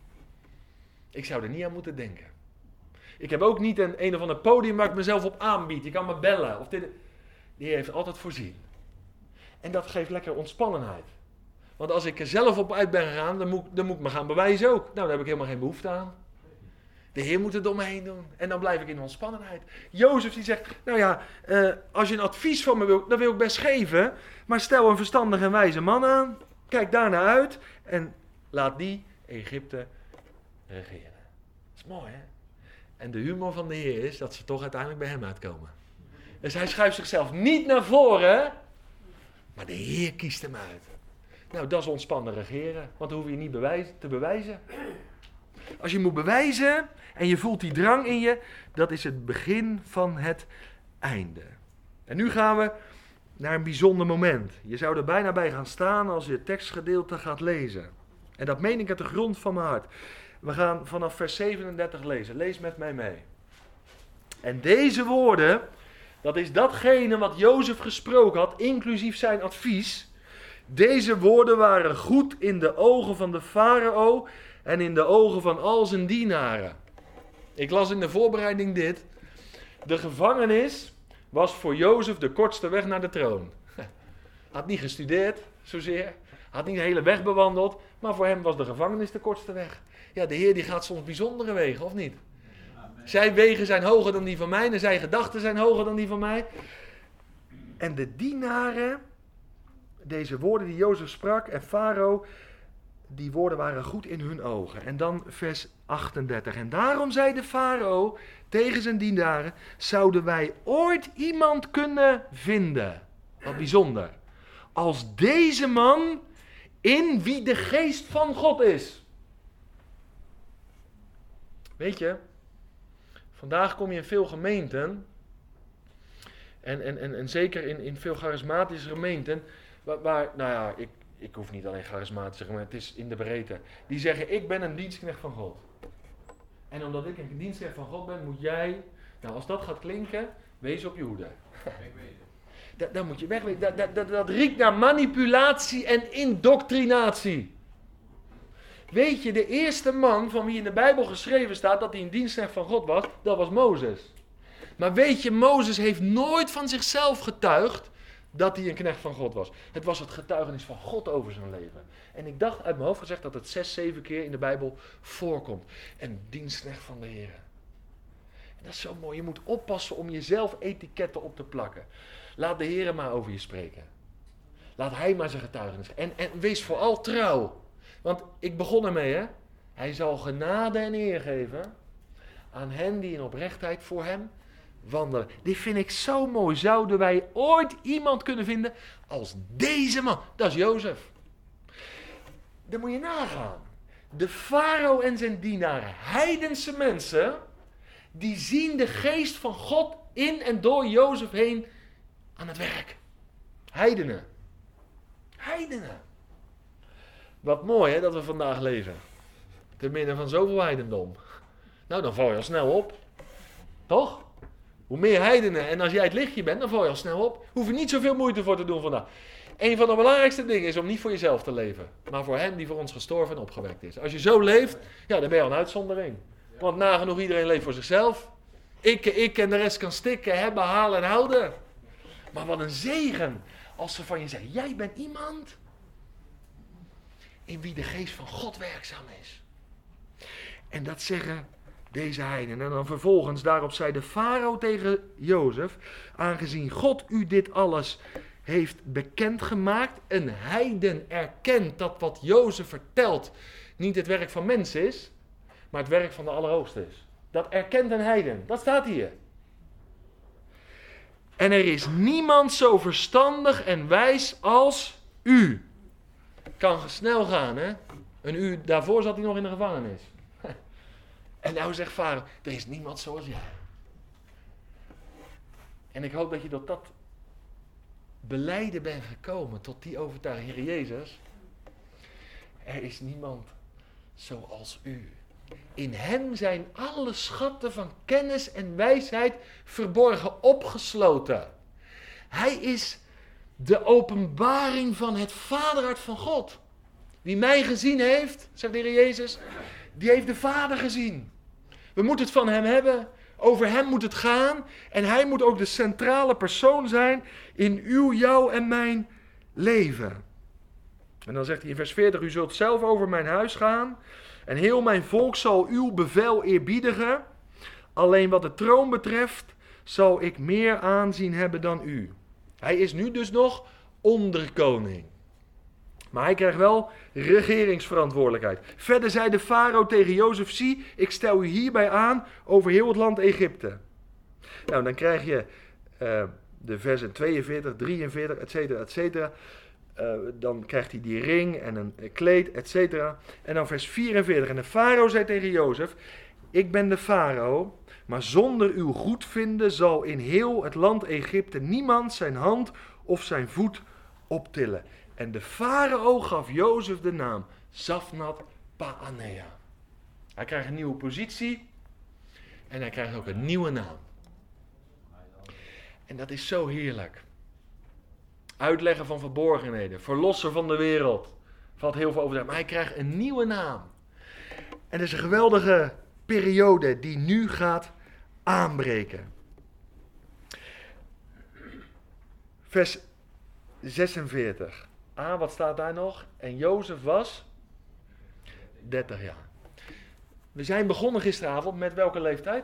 Ik zou er niet aan moeten denken. Ik heb ook niet een, een of ander podium waar ik mezelf op aanbied. Je kan me bellen. Of dit. Die heeft altijd voorzien. En dat geeft lekker ontspannenheid. Want als ik er zelf op uit ben gegaan, dan moet, dan moet ik me gaan bewijzen ook. Nou, daar heb ik helemaal geen behoefte aan. De Heer moet het om me heen doen. En dan blijf ik in ontspannenheid. Jozef die zegt, nou ja, uh, als je een advies van me wil, dan wil ik best geven. Maar stel een verstandig en wijze man aan. Kijk daarna uit. En laat die Egypte regeren. Dat is mooi, hè? En de humor van de Heer is dat ze toch uiteindelijk bij hem uitkomen. Dus hij schuift zichzelf niet naar voren. Maar de Heer kiest hem uit. Nou, dat is ontspannen regeren. Want dan hoef je niet bewijs, te bewijzen. Als je moet bewijzen en je voelt die drang in je, dat is het begin van het einde. En nu gaan we naar een bijzonder moment. Je zou er bijna bij gaan staan als je het tekstgedeelte gaat lezen. En dat meen ik uit de grond van mijn hart. We gaan vanaf vers zevenendertig lezen. Lees met mij mee. En deze woorden, dat is datgene wat Jozef gesproken had, inclusief zijn advies. Deze woorden waren goed in de ogen van de farao en in de ogen van al zijn dienaren. Ik las in de voorbereiding dit. De gevangenis was voor Jozef de kortste weg naar de troon. Had niet gestudeerd, zozeer. Had niet de hele weg bewandeld. Maar voor hem was de gevangenis de kortste weg. Ja, de Heer die gaat soms bijzondere wegen, of niet? Amen. Zijn wegen zijn hoger dan die van mij. En zijn gedachten zijn hoger dan die van mij. En de dienaren, deze woorden die Jozef sprak en Farao, die woorden waren goed in hun ogen. En dan vers achtendertig. En daarom zei de Farao tegen zijn dienaren, zouden wij ooit iemand kunnen vinden? Wat bijzonder. Als deze man in wie de geest van God is. Weet je, vandaag kom je in veel gemeenten, en, en, en, en zeker in, in veel charismatische gemeenten, waar, waar nou ja, ik, ik hoef niet alleen charismatische gemeenten, het is in de breedte, die zeggen, ik ben een dienstknecht van God. En omdat ik een dienstknecht van God ben, moet jij, nou als dat gaat klinken, wees op je hoede. Dat, dat moet je wegwezen. Dat, dat, dat, dat riekt naar manipulatie en indoctrinatie. Weet je, de eerste man van wie in de Bijbel geschreven staat dat hij een dienstknecht van God was, dat was Mozes. Maar weet je, Mozes heeft nooit van zichzelf getuigd dat hij een knecht van God was. Het was het getuigenis van God over zijn leven. En ik dacht uit mijn hoofd gezegd dat het zes, zeven keer in de Bijbel voorkomt. Een dienstknecht van de Heer. En dat is zo mooi. Je moet oppassen om jezelf etiketten op te plakken. Laat de Heer maar over je spreken. Laat Hij maar zijn getuigenis. En, en wees vooral trouw. Want ik begon ermee, hè. Hij zal genade en eer geven aan hen die in oprechtheid voor hem wandelen. Dit vind ik zo mooi. Zouden wij ooit iemand kunnen vinden als deze man? Dat is Jozef. Dan moet je nagaan. De farao en zijn dienaren, heidense mensen, die zien de geest van God in en door Jozef heen aan het werk. Heidenen. Heidenen. Wat mooi, hè, dat we vandaag leven. Te midden van zoveel heidendom. Nou, dan val je al snel op. Toch? Hoe meer heidenen en als jij het lichtje bent, dan val je al snel op. Hoef je niet zoveel moeite voor te doen vandaag. Een van de belangrijkste dingen is om niet voor jezelf te leven. Maar voor hem die voor ons gestorven en opgewekt is. Als je zo leeft, ja, dan ben je al een uitzondering. Want nagenoeg iedereen leeft voor zichzelf. Ik, ik en de rest kan stikken, hebben, halen en houden. Maar wat een zegen als ze van je zeggen, jij bent iemand in wie de geest van God werkzaam is. En dat zeggen deze heidenen. En dan vervolgens daarop zei de farao tegen Jozef, aangezien God u dit alles heeft bekendgemaakt, een heiden erkent dat wat Jozef vertelt niet het werk van mensen is, maar het werk van de Allerhoogste is. Dat erkent een heiden. Dat staat hier. En er is niemand zo verstandig en wijs als u. Kan snel gaan, hè? Een uur daarvoor zat hij nog in de gevangenis. En nou zegt Farao, er is niemand zoals jij. En ik hoop dat je tot dat belijden bent gekomen, tot die overtuiging. Heer Jezus, er is niemand zoals u. In hem zijn alle schatten van kennis en wijsheid verborgen, opgesloten. Hij is de openbaring van het vaderhart van God. Wie mij gezien heeft, zegt de Heer Jezus, die heeft de Vader gezien. We moeten het van hem hebben. Over hem moet het gaan. En hij moet ook de centrale persoon zijn in uw, jouw en mijn leven. En dan zegt hij in vers veertig, u zult zelf over mijn huis gaan. En heel mijn volk zal uw bevel eerbiedigen. Alleen wat de troon betreft zal ik meer aanzien hebben dan u. Hij is nu dus nog onderkoning. Maar hij krijgt wel regeringsverantwoordelijkheid. Verder zei de farao tegen Jozef, zie, ik stel u hierbij aan over heel het land Egypte. Nou, dan krijg je uh, de versen tweeënveertig, drieënveertig, et cetera, et cetera. Uh, dan krijgt hij die ring en een kleed, et cetera. En dan vers vierenveertig. En de farao zei tegen Jozef, ik ben de farao, maar zonder uw goedvinden zal in heel het land Egypte niemand zijn hand of zijn voet optillen. En de farao gaf Jozef de naam Zafnat Paanea. Hij krijgt een nieuwe positie en hij krijgt ook een nieuwe naam. En dat is zo heerlijk. Uitleggen van verborgenheden, verlosser van de wereld. Valt heel veel over, maar hij krijgt een nieuwe naam. En dat is een geweldige periode die nu gaat aanbreken. Vers zesenveertig. Ah, wat staat daar nog? En Jozef was dertig jaar. We zijn begonnen gisteravond met welke leeftijd?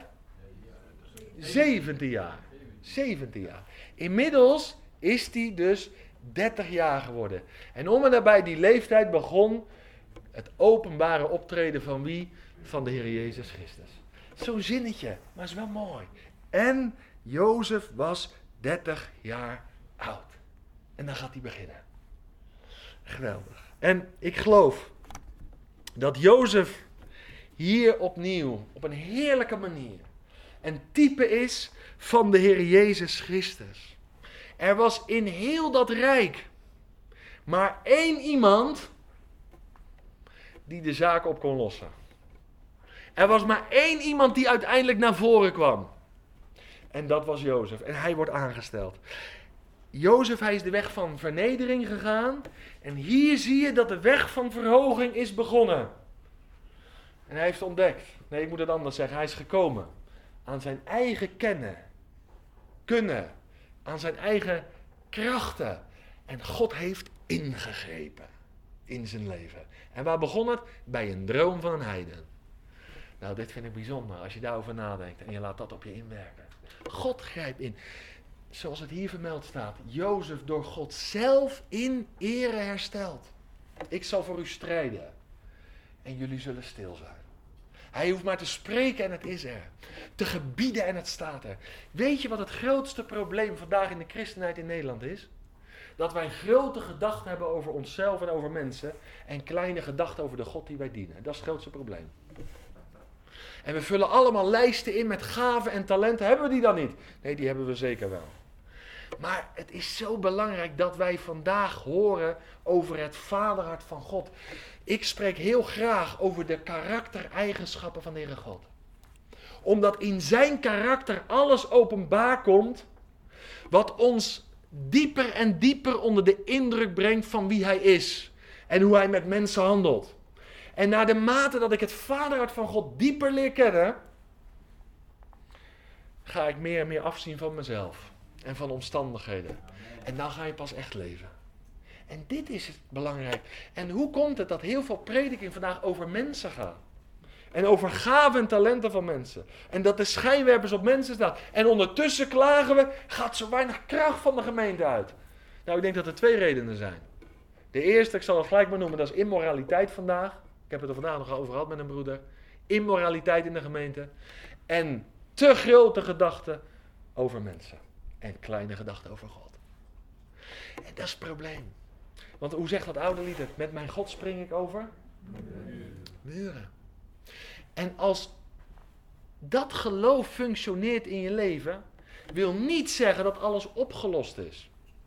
zeventien jaar. zeventien jaar. Inmiddels is hij dus dertig jaar geworden. En om en nabij die leeftijd begon het openbare optreden van wie? Van de Heer Jezus Christus. Zo'n zinnetje, maar is wel mooi. En Jozef was dertig jaar oud. En dan gaat hij beginnen. Geweldig. En ik geloof dat Jozef hier opnieuw, op een heerlijke manier, een type is van de Heer Jezus Christus. Er was in heel dat rijk maar één iemand die de zaak op kon lossen. Er was maar één iemand die uiteindelijk naar voren kwam. En dat was Jozef. En hij wordt aangesteld. Jozef, hij is de weg van vernedering gegaan. En hier zie je dat de weg van verhoging is begonnen. En hij heeft ontdekt. Nee, ik moet het anders zeggen. Hij is gekomen aan zijn eigen kennen. Kunnen. Aan zijn eigen krachten. En God heeft ingegrepen in zijn leven. En waar begon het? Bij een droom van een heiden. Nou, dit vind ik bijzonder als je daarover nadenkt en je laat dat op je inwerken. God grijpt in. Zoals het hier vermeld staat. Jozef door God zelf in ere hersteld. Ik zal voor u strijden. En jullie zullen stil zijn. Hij hoeft maar te spreken en het is er. Te gebieden en het staat er. Weet je wat het grootste probleem vandaag in de christenheid in Nederland is? Dat wij grote gedachten hebben over onszelf en over mensen. En kleine gedachten over de God die wij dienen. Dat is het grootste probleem. En we vullen allemaal lijsten in met gaven en talenten. Hebben we die dan niet? Nee, die hebben we zeker wel. Maar het is zo belangrijk dat wij vandaag horen over het vaderhart van God. Ik spreek heel graag over de karaktereigenschappen van de Heere God. Omdat in zijn karakter alles openbaar komt wat ons dieper en dieper onder de indruk brengt van wie hij is. En hoe hij met mensen handelt. En naar de mate dat ik het vaderhart van God dieper leer kennen, ga ik meer en meer afzien van mezelf. En van omstandigheden. En dan ga je pas echt leven. En dit is het belangrijk. En hoe komt het dat heel veel prediking vandaag over mensen gaat? En over gaven en talenten van mensen. En dat de schijnwerpers op mensen staan. En ondertussen klagen we, gaat zo weinig kracht van de gemeente uit. Nou, ik denk dat er twee redenen zijn. De eerste, ik zal het gelijk maar noemen, dat is immoraliteit vandaag. Ik heb het er vandaag nog over gehad met een broeder. Immoraliteit in de gemeente. En te grote gedachten over mensen. en kleine gedachten over God. En dat is het probleem. Want hoe zegt dat oude lied het? Met mijn God spring ik over muren. En als dat geloof functioneert in je leven, wil niet zeggen dat alles opgelost is.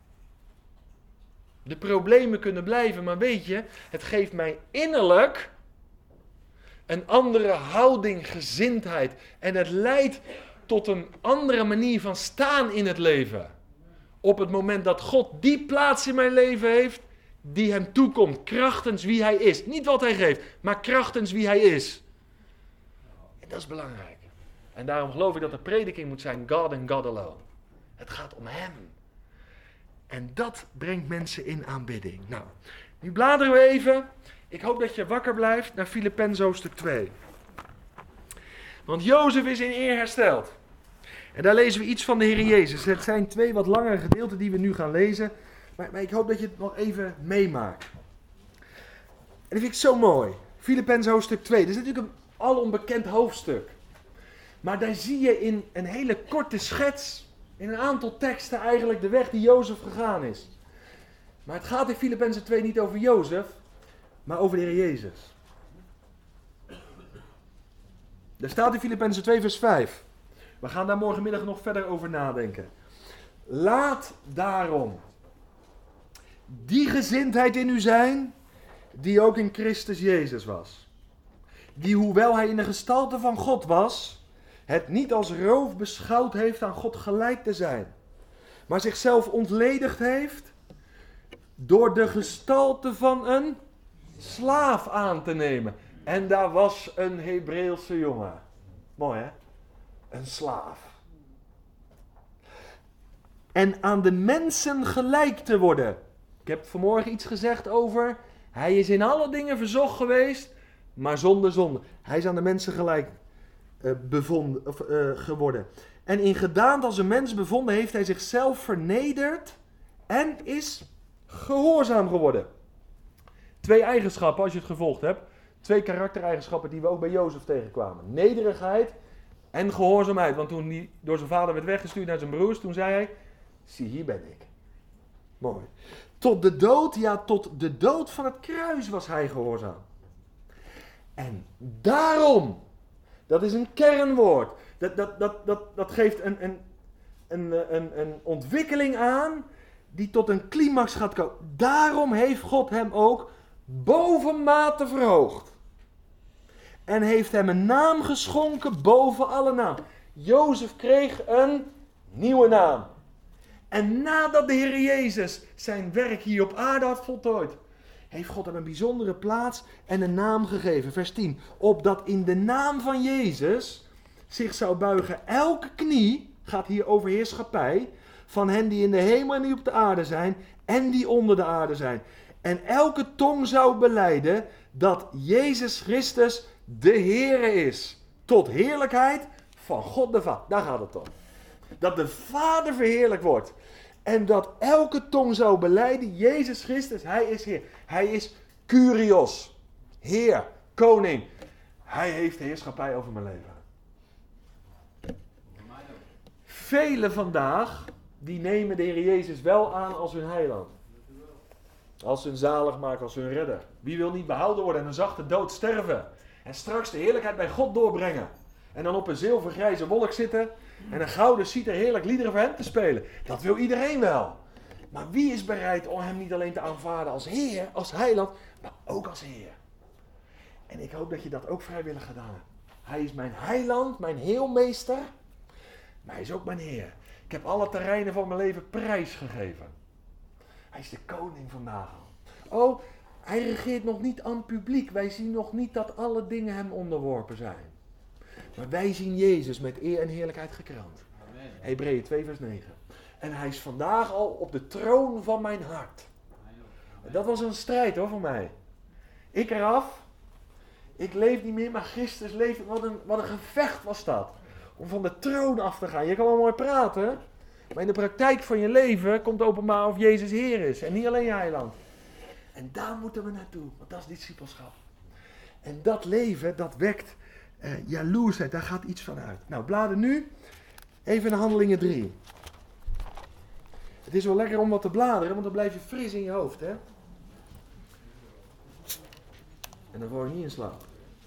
De problemen kunnen blijven, maar weet je, het geeft mij innerlijk een andere houding, gezindheid. En het leidt tot een andere manier van staan in het leven. Op het moment dat God die plaats in mijn leven heeft, die hem toekomt, krachtens wie hij is. Niet wat hij geeft, maar krachtens wie hij is. En dat is belangrijk. En daarom geloof ik dat de prediking moet zijn God and God alone. Het gaat om hem. En dat brengt mensen in aanbidding. Nou, nu bladeren we even. Ik hoop dat je wakker blijft naar Filippenzen hoofdstuk twee. Want Jozef is in eer hersteld. En daar lezen we iets van de Heer Jezus. Het zijn twee wat langere gedeelten die we nu gaan lezen. Maar, maar ik hoop dat je het nog even meemaakt. En dat vind ik zo mooi. Filippenzen hoofdstuk twee. Dat is natuurlijk een alonbekend hoofdstuk. Maar daar zie je in een hele korte schets, in een aantal teksten eigenlijk de weg die Jozef gegaan is. Maar het gaat in Filippenzen twee niet over Jozef, maar over de Heer Jezus. Daar staat in Filippenzen twee vers vijf. We gaan daar morgenmiddag nog verder over nadenken. Laat daarom die gezindheid in u zijn, die ook in Christus Jezus was. Die, hoewel hij in de gestalte van God was, het niet als roof beschouwd heeft aan God gelijk te zijn, maar zichzelf ontledigd heeft door de gestalte van een slaaf aan te nemen. En daar was een Hebreeuwse jongen. Mooi hè? Een slaaf. En aan de mensen gelijk te worden. Ik heb vanmorgen iets gezegd over, hij is in alle dingen verzocht geweest, maar zonder zonde. Hij is aan de mensen gelijk uh, bevonden, of, uh, geworden. En in gedaante als een mens bevonden heeft hij zichzelf vernederd en is gehoorzaam geworden. Twee eigenschappen, als je het gevolgd hebt. Twee karaktereigenschappen die we ook bij Jozef tegenkwamen. Nederigheid en gehoorzaamheid. Want toen hij door zijn vader werd weggestuurd naar zijn broers, toen zei hij, zie hier ben ik. Mooi. Tot de dood, ja tot de dood van het kruis was hij gehoorzaam. En daarom, dat is een kernwoord. Dat, dat, dat, dat, dat geeft een, een, een, een, een ontwikkeling aan die tot een climax gaat komen. Daarom heeft God hem ook bovenmate verhoogd. En heeft hem een naam geschonken boven alle naam. Jozef kreeg een nieuwe naam. En nadat de Heer Jezus zijn werk hier op aarde had voltooid, heeft God hem een bijzondere plaats en een naam gegeven. Vers tien. Opdat in de naam van Jezus zich zou buigen elke knie, gaat hier over heerschappij, van hen die in de hemel en die op de aarde zijn en die onder de aarde zijn. En elke tong zou belijden dat Jezus Christus de Heere is. Tot heerlijkheid van God de Vader. Daar gaat het om. Dat de Vader verheerlijk wordt. En dat elke tong zou belijden, Jezus Christus, hij is Heer. Hij is Kyrios, Heer, Koning. Hij heeft de heerschappij over mijn leven. Velen vandaag, die nemen de Heer Jezus wel aan als hun heiland. Als hun zaligmaker, als hun redder. Wie wil niet behouden worden en een zachte dood sterven. En straks de heerlijkheid bij God doorbrengen. En dan op een zilvergrijze wolk zitten en een gouden citer heerlijk liederen voor hem te spelen. Dat wil iedereen wel. Maar wie is bereid om hem niet alleen te aanvaarden als Heer, als heiland, maar ook als Heer? En ik hoop dat je dat ook vrijwillig gedaan hebt. Hij is mijn heiland, mijn heelmeester, maar hij is ook mijn Heer. Ik heb alle terreinen van mijn leven prijsgegeven. Hij is de koning vandaag al. Oh, hij regeert nog niet aan het publiek. Wij zien nog niet dat alle dingen hem onderworpen zijn. Maar wij zien Jezus met eer en heerlijkheid gekroond. Hebreeën twee vers negen. En hij is vandaag al op de troon van mijn hart. Dat was een strijd hoor voor mij. Ik eraf. Ik leef niet meer, maar Christus leeft. Wat een, wat een gevecht was dat. Om van de troon af te gaan. Je kan wel mooi praten. Maar in de praktijk van je leven komt openbaar of Jezus Heer is. En niet alleen je heiland. En daar moeten we naartoe. Want dat is discipelschap. En dat leven, dat wekt uh, jaloersheid. Daar gaat iets van uit. Nou, bladen nu even naar Handelingen drie. Het is wel lekker om wat te bladeren, want dan blijf je fris in je hoofd, hè. En dan val je niet in slaap.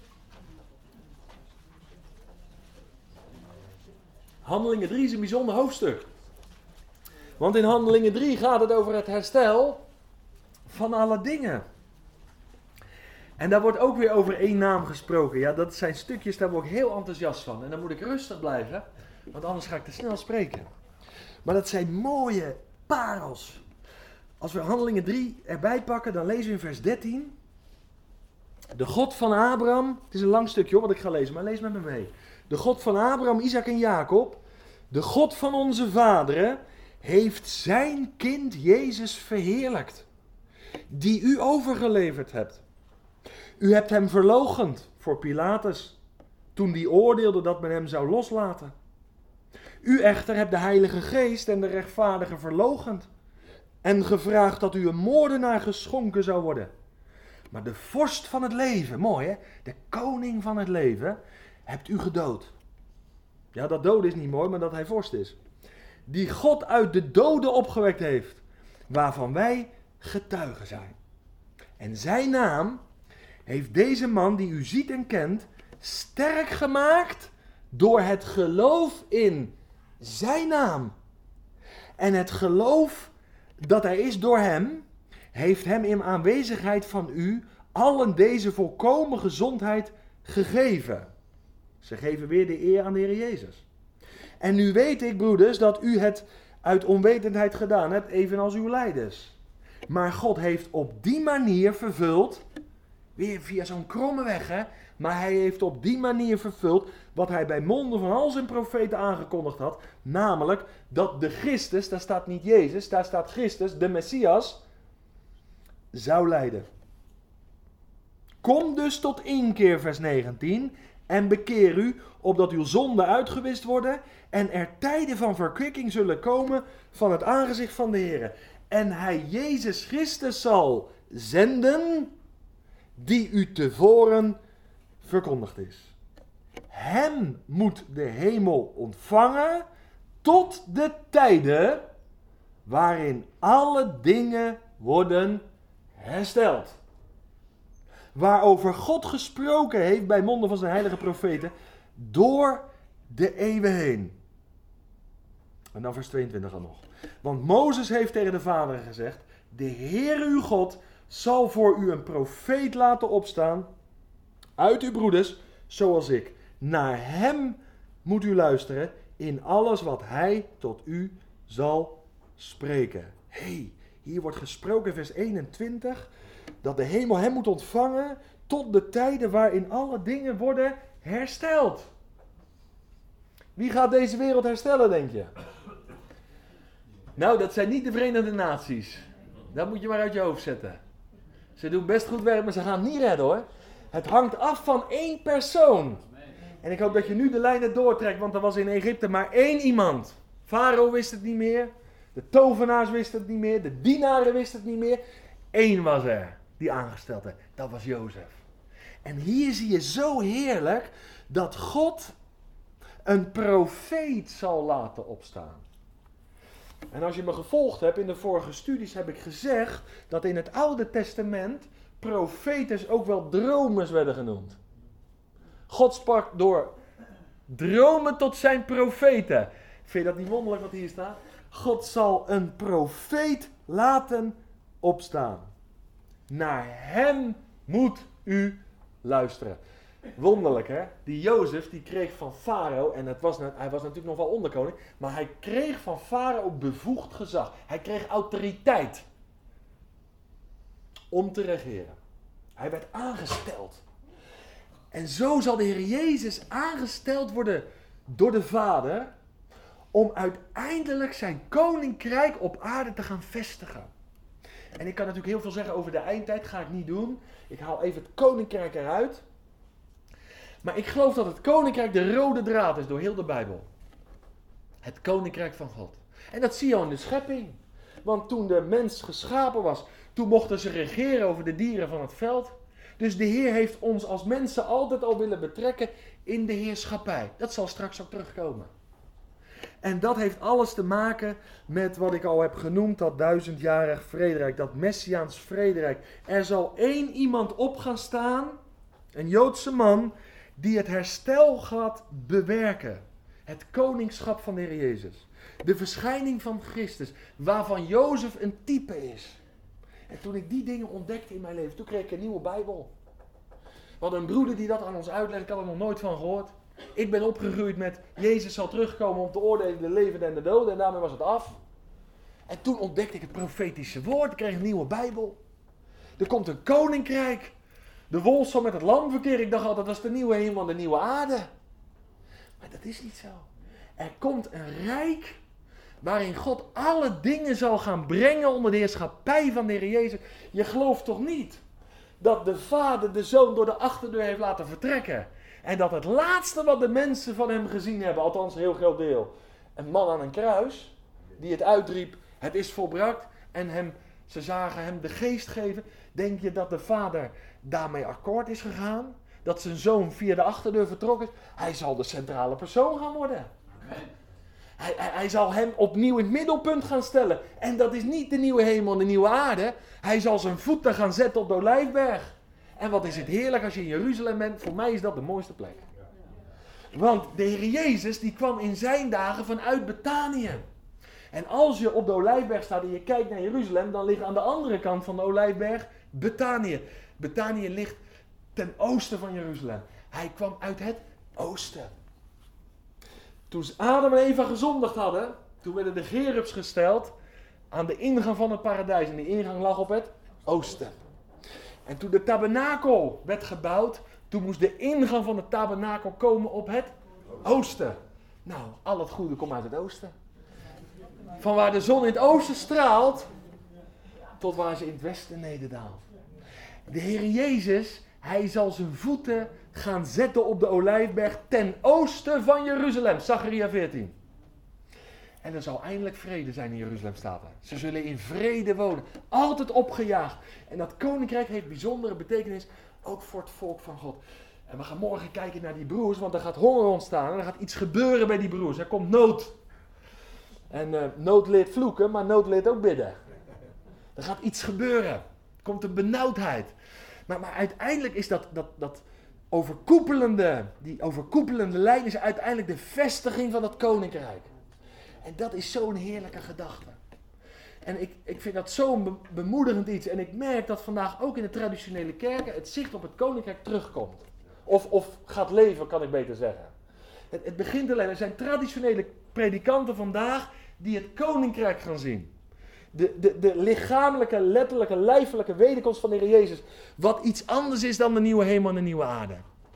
Handelingen drie is een bijzonder hoofdstuk. Want in Handelingen drie gaat het over het herstel van alle dingen. En daar wordt ook weer over één naam gesproken. Ja, dat zijn stukjes, daar word ik heel enthousiast van. En dan moet ik rustig blijven, want anders ga ik te snel spreken. Maar dat zijn mooie parels. Als we Handelingen drie erbij pakken, dan lezen we in vers dertien. De God van Abraham, het is een lang stukje hoor wat ik ga lezen, maar lees met me mee. De God van Abraham, Isaac en Jacob, de God van onze vaderen, heeft zijn kind Jezus verheerlijkt, die u overgeleverd hebt. U hebt hem verloochend voor Pilatus, toen die oordeelde dat men hem zou loslaten. U echter hebt de Heilige Geest en de rechtvaardige verloochend en gevraagd dat u een moordenaar geschonken zou worden. Maar de vorst van het leven, mooi hè, de koning van het leven, hebt u gedood. Ja, dat doden is niet mooi, maar dat hij vorst is. Die God uit de doden opgewekt heeft, waarvan wij getuigen zijn. En zijn naam heeft deze man die u ziet en kent, sterk gemaakt door het geloof in zijn naam. En het geloof dat er is door hem, heeft hem in aanwezigheid van u allen deze volkomen gezondheid gegeven. Ze geven weer de eer aan de Heer Jezus. En nu weet ik, broeders, dat u het uit onwetendheid gedaan hebt, evenals uw lijders. Maar God heeft op die manier vervuld, weer via zo'n kromme weg, hè, maar hij heeft op die manier vervuld wat hij bij monden van al zijn profeten aangekondigd had, namelijk dat de Christus, daar staat niet Jezus, daar staat Christus, de Messias, zou lijden. Kom dus tot inkeer, vers negentien, en bekeer u, opdat uw zonden uitgewist worden en er tijden van verkwikking zullen komen van het aangezicht van de Heer. En hij Jezus Christus zal zenden, die u tevoren verkondigd is. Hem moet de hemel ontvangen tot de tijden waarin alle dingen worden hersteld. Waarover God gesproken heeft bij monden van zijn heilige profeten door de eeuwen heen. En dan vers tweeëntwintig al nog. Want Mozes heeft tegen de vaderen gezegd, de Heer uw God zal voor u een profeet laten opstaan uit uw broeders, zoals ik. Naar hem moet u luisteren in alles wat hij tot u zal spreken. Hé, hey, hier wordt gesproken in vers eenentwintig, dat de hemel hem moet ontvangen tot de tijden waarin alle dingen worden hersteld. Wie gaat deze wereld herstellen, denk je? Nou, dat zijn niet de Verenigde Naties. Dat moet je maar uit je hoofd zetten. Ze doen best goed werk, maar ze gaan het niet redden hoor. Het hangt af van één persoon. En ik hoop dat je nu de lijnen doortrekt, want er was in Egypte maar één iemand. Farao wist het niet meer. De tovenaars wisten het niet meer. De dienaren wisten het niet meer. Eén was er die aangesteld werd. Dat was Jozef. En hier zie je zo heerlijk dat God een profeet zal laten opstaan. En als je me gevolgd hebt in de vorige studies heb ik gezegd dat in het Oude Testament profetes ook wel dromers werden genoemd. God sprak door dromen tot zijn profeten. Vind je dat niet wonderlijk wat hier staat? God zal een profeet laten opstaan. Naar hem moet u luisteren. Wonderlijk hè? Die Jozef die kreeg van Farao, en het was, hij was natuurlijk nog wel onderkoning, maar hij kreeg van Farao bevoegd gezag. Hij kreeg autoriteit om te regeren. Hij werd aangesteld. En zo zal de Heer Jezus aangesteld worden door de Vader om uiteindelijk zijn koninkrijk op aarde te gaan vestigen. En ik kan natuurlijk heel veel zeggen over de eindtijd, ga ik niet doen. Ik haal even het koninkrijk eruit. Maar ik geloof dat het koninkrijk de rode draad is door heel de Bijbel. Het koninkrijk van God. En dat zie je al in de schepping. Want toen de mens geschapen was, toen mochten ze regeren over de dieren van het veld. Dus de Heer heeft ons als mensen altijd al willen betrekken in de heerschappij. Dat zal straks ook terugkomen. En dat heeft alles te maken met wat ik al heb genoemd, dat duizendjarig vrederijk, dat Messiaans vrederijk. Er zal één iemand op gaan staan, een Joodse man, die het herstel gaat bewerken. Het koningschap van de Heer Jezus. De verschijning van Christus, waarvan Jozef een type is. En toen ik die dingen ontdekte in mijn leven, toen kreeg ik een nieuwe Bijbel. We hadden een broeder die dat aan ons uitlegde, ik had er nog nooit van gehoord. Ik ben opgegroeid met Jezus zal terugkomen om te oordelen de levenden en de doden en daarmee was het af. En toen ontdekte ik het profetische woord, ik kreeg een nieuwe Bijbel. Er komt een koninkrijk. De wolf zal met het lam verkeren. Ik dacht altijd, dat is de nieuwe hemel en de nieuwe aarde. Maar dat is niet zo. Er komt een rijk waarin God alle dingen zal gaan brengen onder de heerschappij van de Heer Jezus. Je gelooft toch niet dat de Vader de Zoon door de achterdeur heeft laten vertrekken. En dat het laatste wat de mensen van hem gezien hebben, althans een heel groot deel, een man aan een kruis, die het uitriep, het is volbracht, en hem, ze zagen hem de geest geven. Denk je dat de Vader daarmee akkoord is gegaan? Dat zijn zoon via de achterdeur vertrokken is? Hij zal de centrale persoon gaan worden. Hij, hij, hij zal hem opnieuw in het middelpunt gaan stellen. En dat is niet de nieuwe hemel en de nieuwe aarde. Hij zal zijn voeten gaan zetten op de Olijfberg. En wat is het heerlijk als je in Jeruzalem bent. Voor mij is dat de mooiste plek. Want de Heer Jezus die kwam in zijn dagen vanuit Betanië. En als je op de Olijfberg staat en je kijkt naar Jeruzalem, dan ligt aan de andere kant van de Olijfberg Betanië. Betanië ligt ten oosten van Jeruzalem. Hij kwam uit het oosten. Toen Adam en Eva gezondigd hadden, toen werden de gerubs gesteld aan de ingang van het paradijs. En die ingang lag op het oosten. En toen de tabernakel werd gebouwd, toen moest de ingang van het tabernakel komen op het oosten. Nou, al het goede komt uit het oosten. Van waar de zon in het oosten straalt, tot waar ze in het westen nederdaalt. De Heer Jezus, hij zal zijn voeten gaan zetten op de Olijfberg ten oosten van Jeruzalem. Zacharia veertien. En er zal eindelijk vrede zijn in Jeruzalem, staat er. Ze zullen in vrede wonen. Altijd opgejaagd. En dat koninkrijk heeft bijzondere betekenis, ook voor het volk van God. En we gaan morgen kijken naar die broers, want er gaat honger ontstaan. En er gaat iets gebeuren bij die broers. Er komt nood. En uh, nood leert vloeken, maar nood leert ook bidden. Er gaat iets gebeuren. Er komt een benauwdheid. Maar, maar uiteindelijk is dat, dat, dat overkoepelende, die overkoepelende lijn is uiteindelijk de vestiging van dat koninkrijk. En dat is zo'n heerlijke gedachte. En ik, ik vind dat zo'n be- bemoedigend iets. En ik merk dat vandaag ook in de traditionele kerken het zicht op het koninkrijk terugkomt. Of, of gaat leven, kan ik beter zeggen. Het, het begint alleen, er zijn traditionele predikanten vandaag die het koninkrijk gaan zien. De, de, de lichamelijke, letterlijke, lijfelijke wederkomst van de Heer Jezus. Wat iets anders is dan de nieuwe hemel en de nieuwe aarde.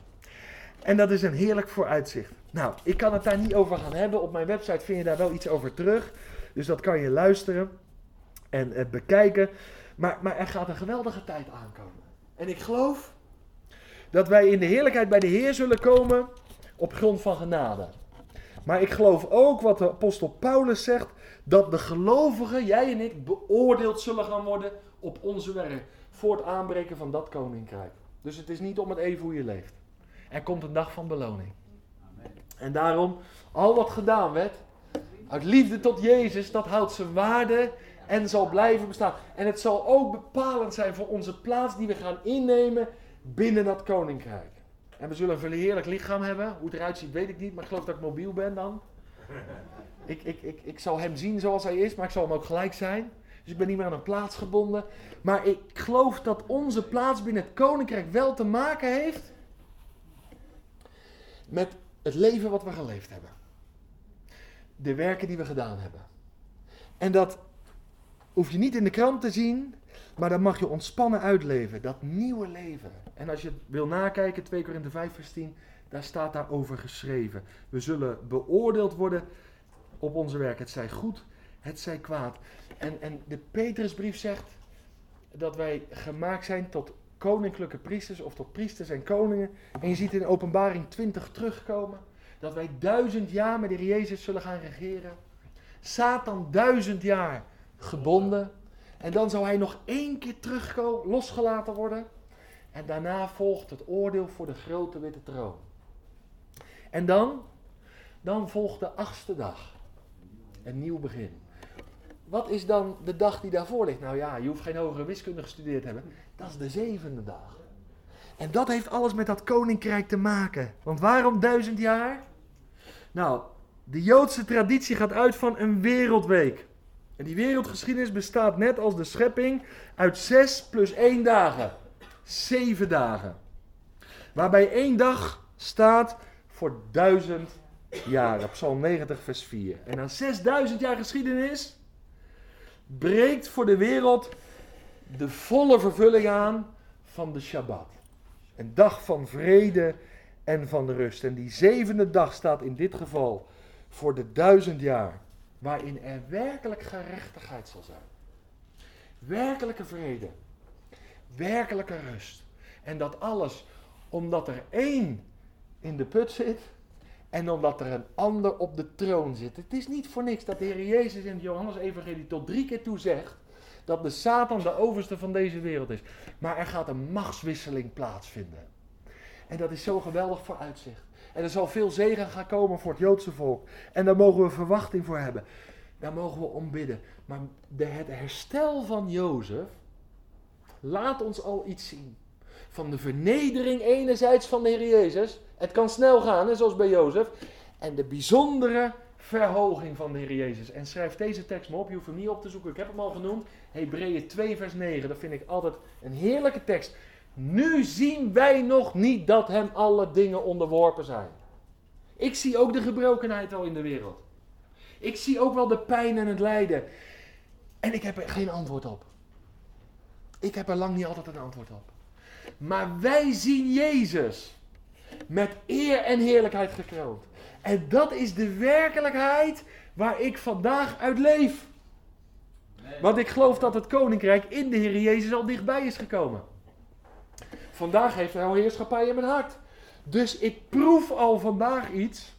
En dat is een heerlijk vooruitzicht. Nou, ik kan het daar niet over gaan hebben. Op mijn website vind je daar wel iets over terug. Dus dat kan je luisteren en eh, bekijken. Maar, maar er gaat een geweldige tijd aankomen. En ik geloof dat wij in de heerlijkheid bij de Heer zullen komen op grond van genade. Maar ik geloof ook wat de apostel Paulus zegt, dat de gelovigen, jij en ik, beoordeeld zullen gaan worden op onze werk. Voor het aanbreken van dat koninkrijk. Dus het is niet om het even hoe je leeft. Er komt een dag van beloning. Amen. En daarom, al wat gedaan werd, uit liefde tot Jezus, dat houdt zijn waarde en zal blijven bestaan. En het zal ook bepalend zijn voor onze plaats die we gaan innemen binnen dat koninkrijk. En we zullen een verheerlijk lichaam hebben. Hoe het eruit ziet weet ik niet, maar ik geloof dat ik mobiel ben dan. Ik, ik, ik, ik zal hem zien zoals hij is, maar ik zal hem ook gelijk zijn. Dus ik ben niet meer aan een plaats gebonden. Maar ik geloof dat onze plaats binnen het koninkrijk wel te maken heeft met het leven wat we geleefd hebben. De werken die we gedaan hebben. En dat hoef je niet in de krant te zien, maar dat mag je ontspannen uitleven. Dat nieuwe leven. En als je wil nakijken, twee Korinthe vijf vers tien, daar staat daarover geschreven. We zullen beoordeeld worden op onze werk. Het zij goed, het zij kwaad. En, en de Petrusbrief zegt dat wij gemaakt zijn tot koninklijke priesters of tot priesters en koningen. En je ziet in Openbaring twintig terugkomen dat wij duizend jaar met de Heer Jezus zullen gaan regeren. Satan duizend jaar gebonden. En dan zou hij nog één keer terugkomen, losgelaten worden. En daarna volgt het oordeel voor de grote witte troon. En dan, dan volgt de achtste dag. Een nieuw begin. Wat is dan de dag die daarvoor ligt? Nou ja, je hoeft geen hogere wiskunde gestudeerd te hebben. Dat is de zevende dag. En dat heeft alles met dat koninkrijk te maken. Want waarom duizend jaar? Nou, de Joodse traditie gaat uit van een wereldweek. En die wereldgeschiedenis bestaat net als de schepping uit zes plus één dagen. Zeven dagen. Waarbij één dag staat voor duizend jaren. Psalm negentig vers vier. En na zesduizend jaar geschiedenis breekt voor de wereld de volle vervulling aan van de Shabbat. Een dag van vrede en van rust. En die zevende dag staat in dit geval voor de duizend jaar. Waarin er werkelijk gerechtigheid zal zijn. Werkelijke vrede. Werkelijke rust. En dat alles omdat er één in de put zit. En omdat er een ander op de troon zit. Het is niet voor niks dat de Heer Jezus in het Johannes-evangelie tot drie keer toe zegt dat de Satan de overste van deze wereld is. Maar er gaat een machtswisseling plaatsvinden. En dat is zo geweldig vooruitzicht. En er zal veel zegen gaan komen voor het Joodse volk. En daar mogen we verwachting voor hebben. Daar mogen we om bidden. Maar de, het herstel van Jozef laat ons al iets zien. Van de vernedering enerzijds van de Heer Jezus. Het kan snel gaan, hè, zoals bij Jozef. En de bijzondere verhoging van de Heer Jezus. En schrijf deze tekst maar op, je hoeft hem niet op te zoeken. Ik heb hem al genoemd. Hebreeën twee vers negen, dat vind ik altijd een heerlijke tekst. Nu zien wij nog niet dat hem alle dingen onderworpen zijn. Ik zie ook de gebrokenheid al in de wereld. Ik zie ook wel de pijn en het lijden. En ik heb er geen antwoord op. Ik heb er lang niet altijd een antwoord op. Maar wij zien Jezus met eer en heerlijkheid gekroond. En dat is de werkelijkheid waar ik vandaag uit leef. Want ik geloof dat het koninkrijk in de Heer Jezus al dichtbij is gekomen. Vandaag heeft hij al heerschappij in mijn hart. Dus ik proef al vandaag iets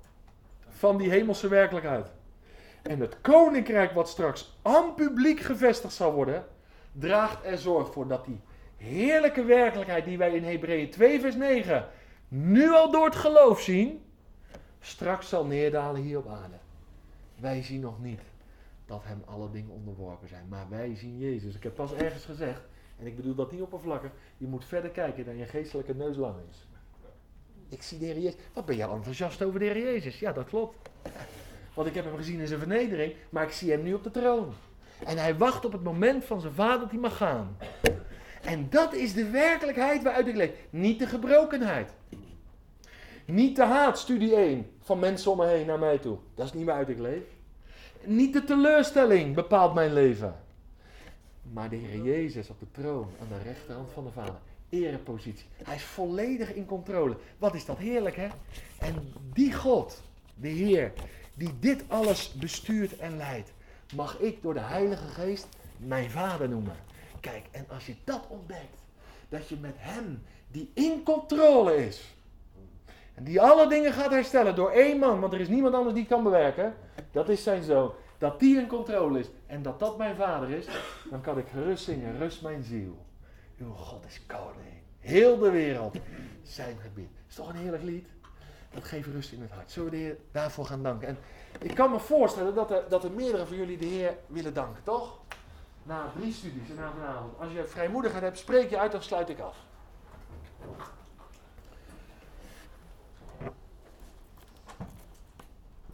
van die hemelse werkelijkheid. En het koninkrijk wat straks aan publiek gevestigd zal worden, draagt er zorg voor dat die heerlijke werkelijkheid die wij in Hebreeën twee vers negen nu al door het geloof zien, straks zal neerdalen hier op aarde. Wij zien nog niet dat hem alle dingen onderworpen zijn, maar wij zien Jezus. Ik heb pas ergens gezegd, en ik bedoel dat niet oppervlakkig, je moet verder kijken dan je geestelijke neus lang is. Ik zie de Heer Jezus. Wat ben je enthousiast over de Heer Jezus? Ja, dat klopt. Want ik heb hem gezien in zijn vernedering, maar ik zie hem nu op de troon. En hij wacht op het moment van zijn vader dat hij mag gaan. En dat is de werkelijkheid waaruit ik leef. Niet de gebrokenheid. Niet de haat, studie één, van mensen om me heen naar mij toe. Dat is niet waaruit ik leef. Niet de teleurstelling bepaalt mijn leven. Maar de Heer Jezus op de troon, aan de rechterhand van de Vader. Erepositie. Hij is volledig in controle. Wat is dat heerlijk, hè? En die God, de Heer, die dit alles bestuurt en leidt, mag ik door de Heilige Geest mijn Vader noemen. Kijk, en als je dat ontdekt, dat je met hem, die in controle is, en die alle dingen gaat herstellen door één man, want er is niemand anders die het kan bewerken, dat is zijn zoon, dat die in controle is en dat dat mijn Vader is, dan kan ik gerust zingen, rust mijn ziel. Uw God is koning. Heel de wereld zijn gebied. Is toch een heerlijk lied? Dat geeft rust in het hart. Zullen we de Heer daarvoor gaan danken? En ik kan me voorstellen dat er, dat er meerdere van jullie de Heer willen danken, toch? Na drie studies en na vanavond. Als je vrijmoedigheid hebt, spreek je uit, dan sluit ik af.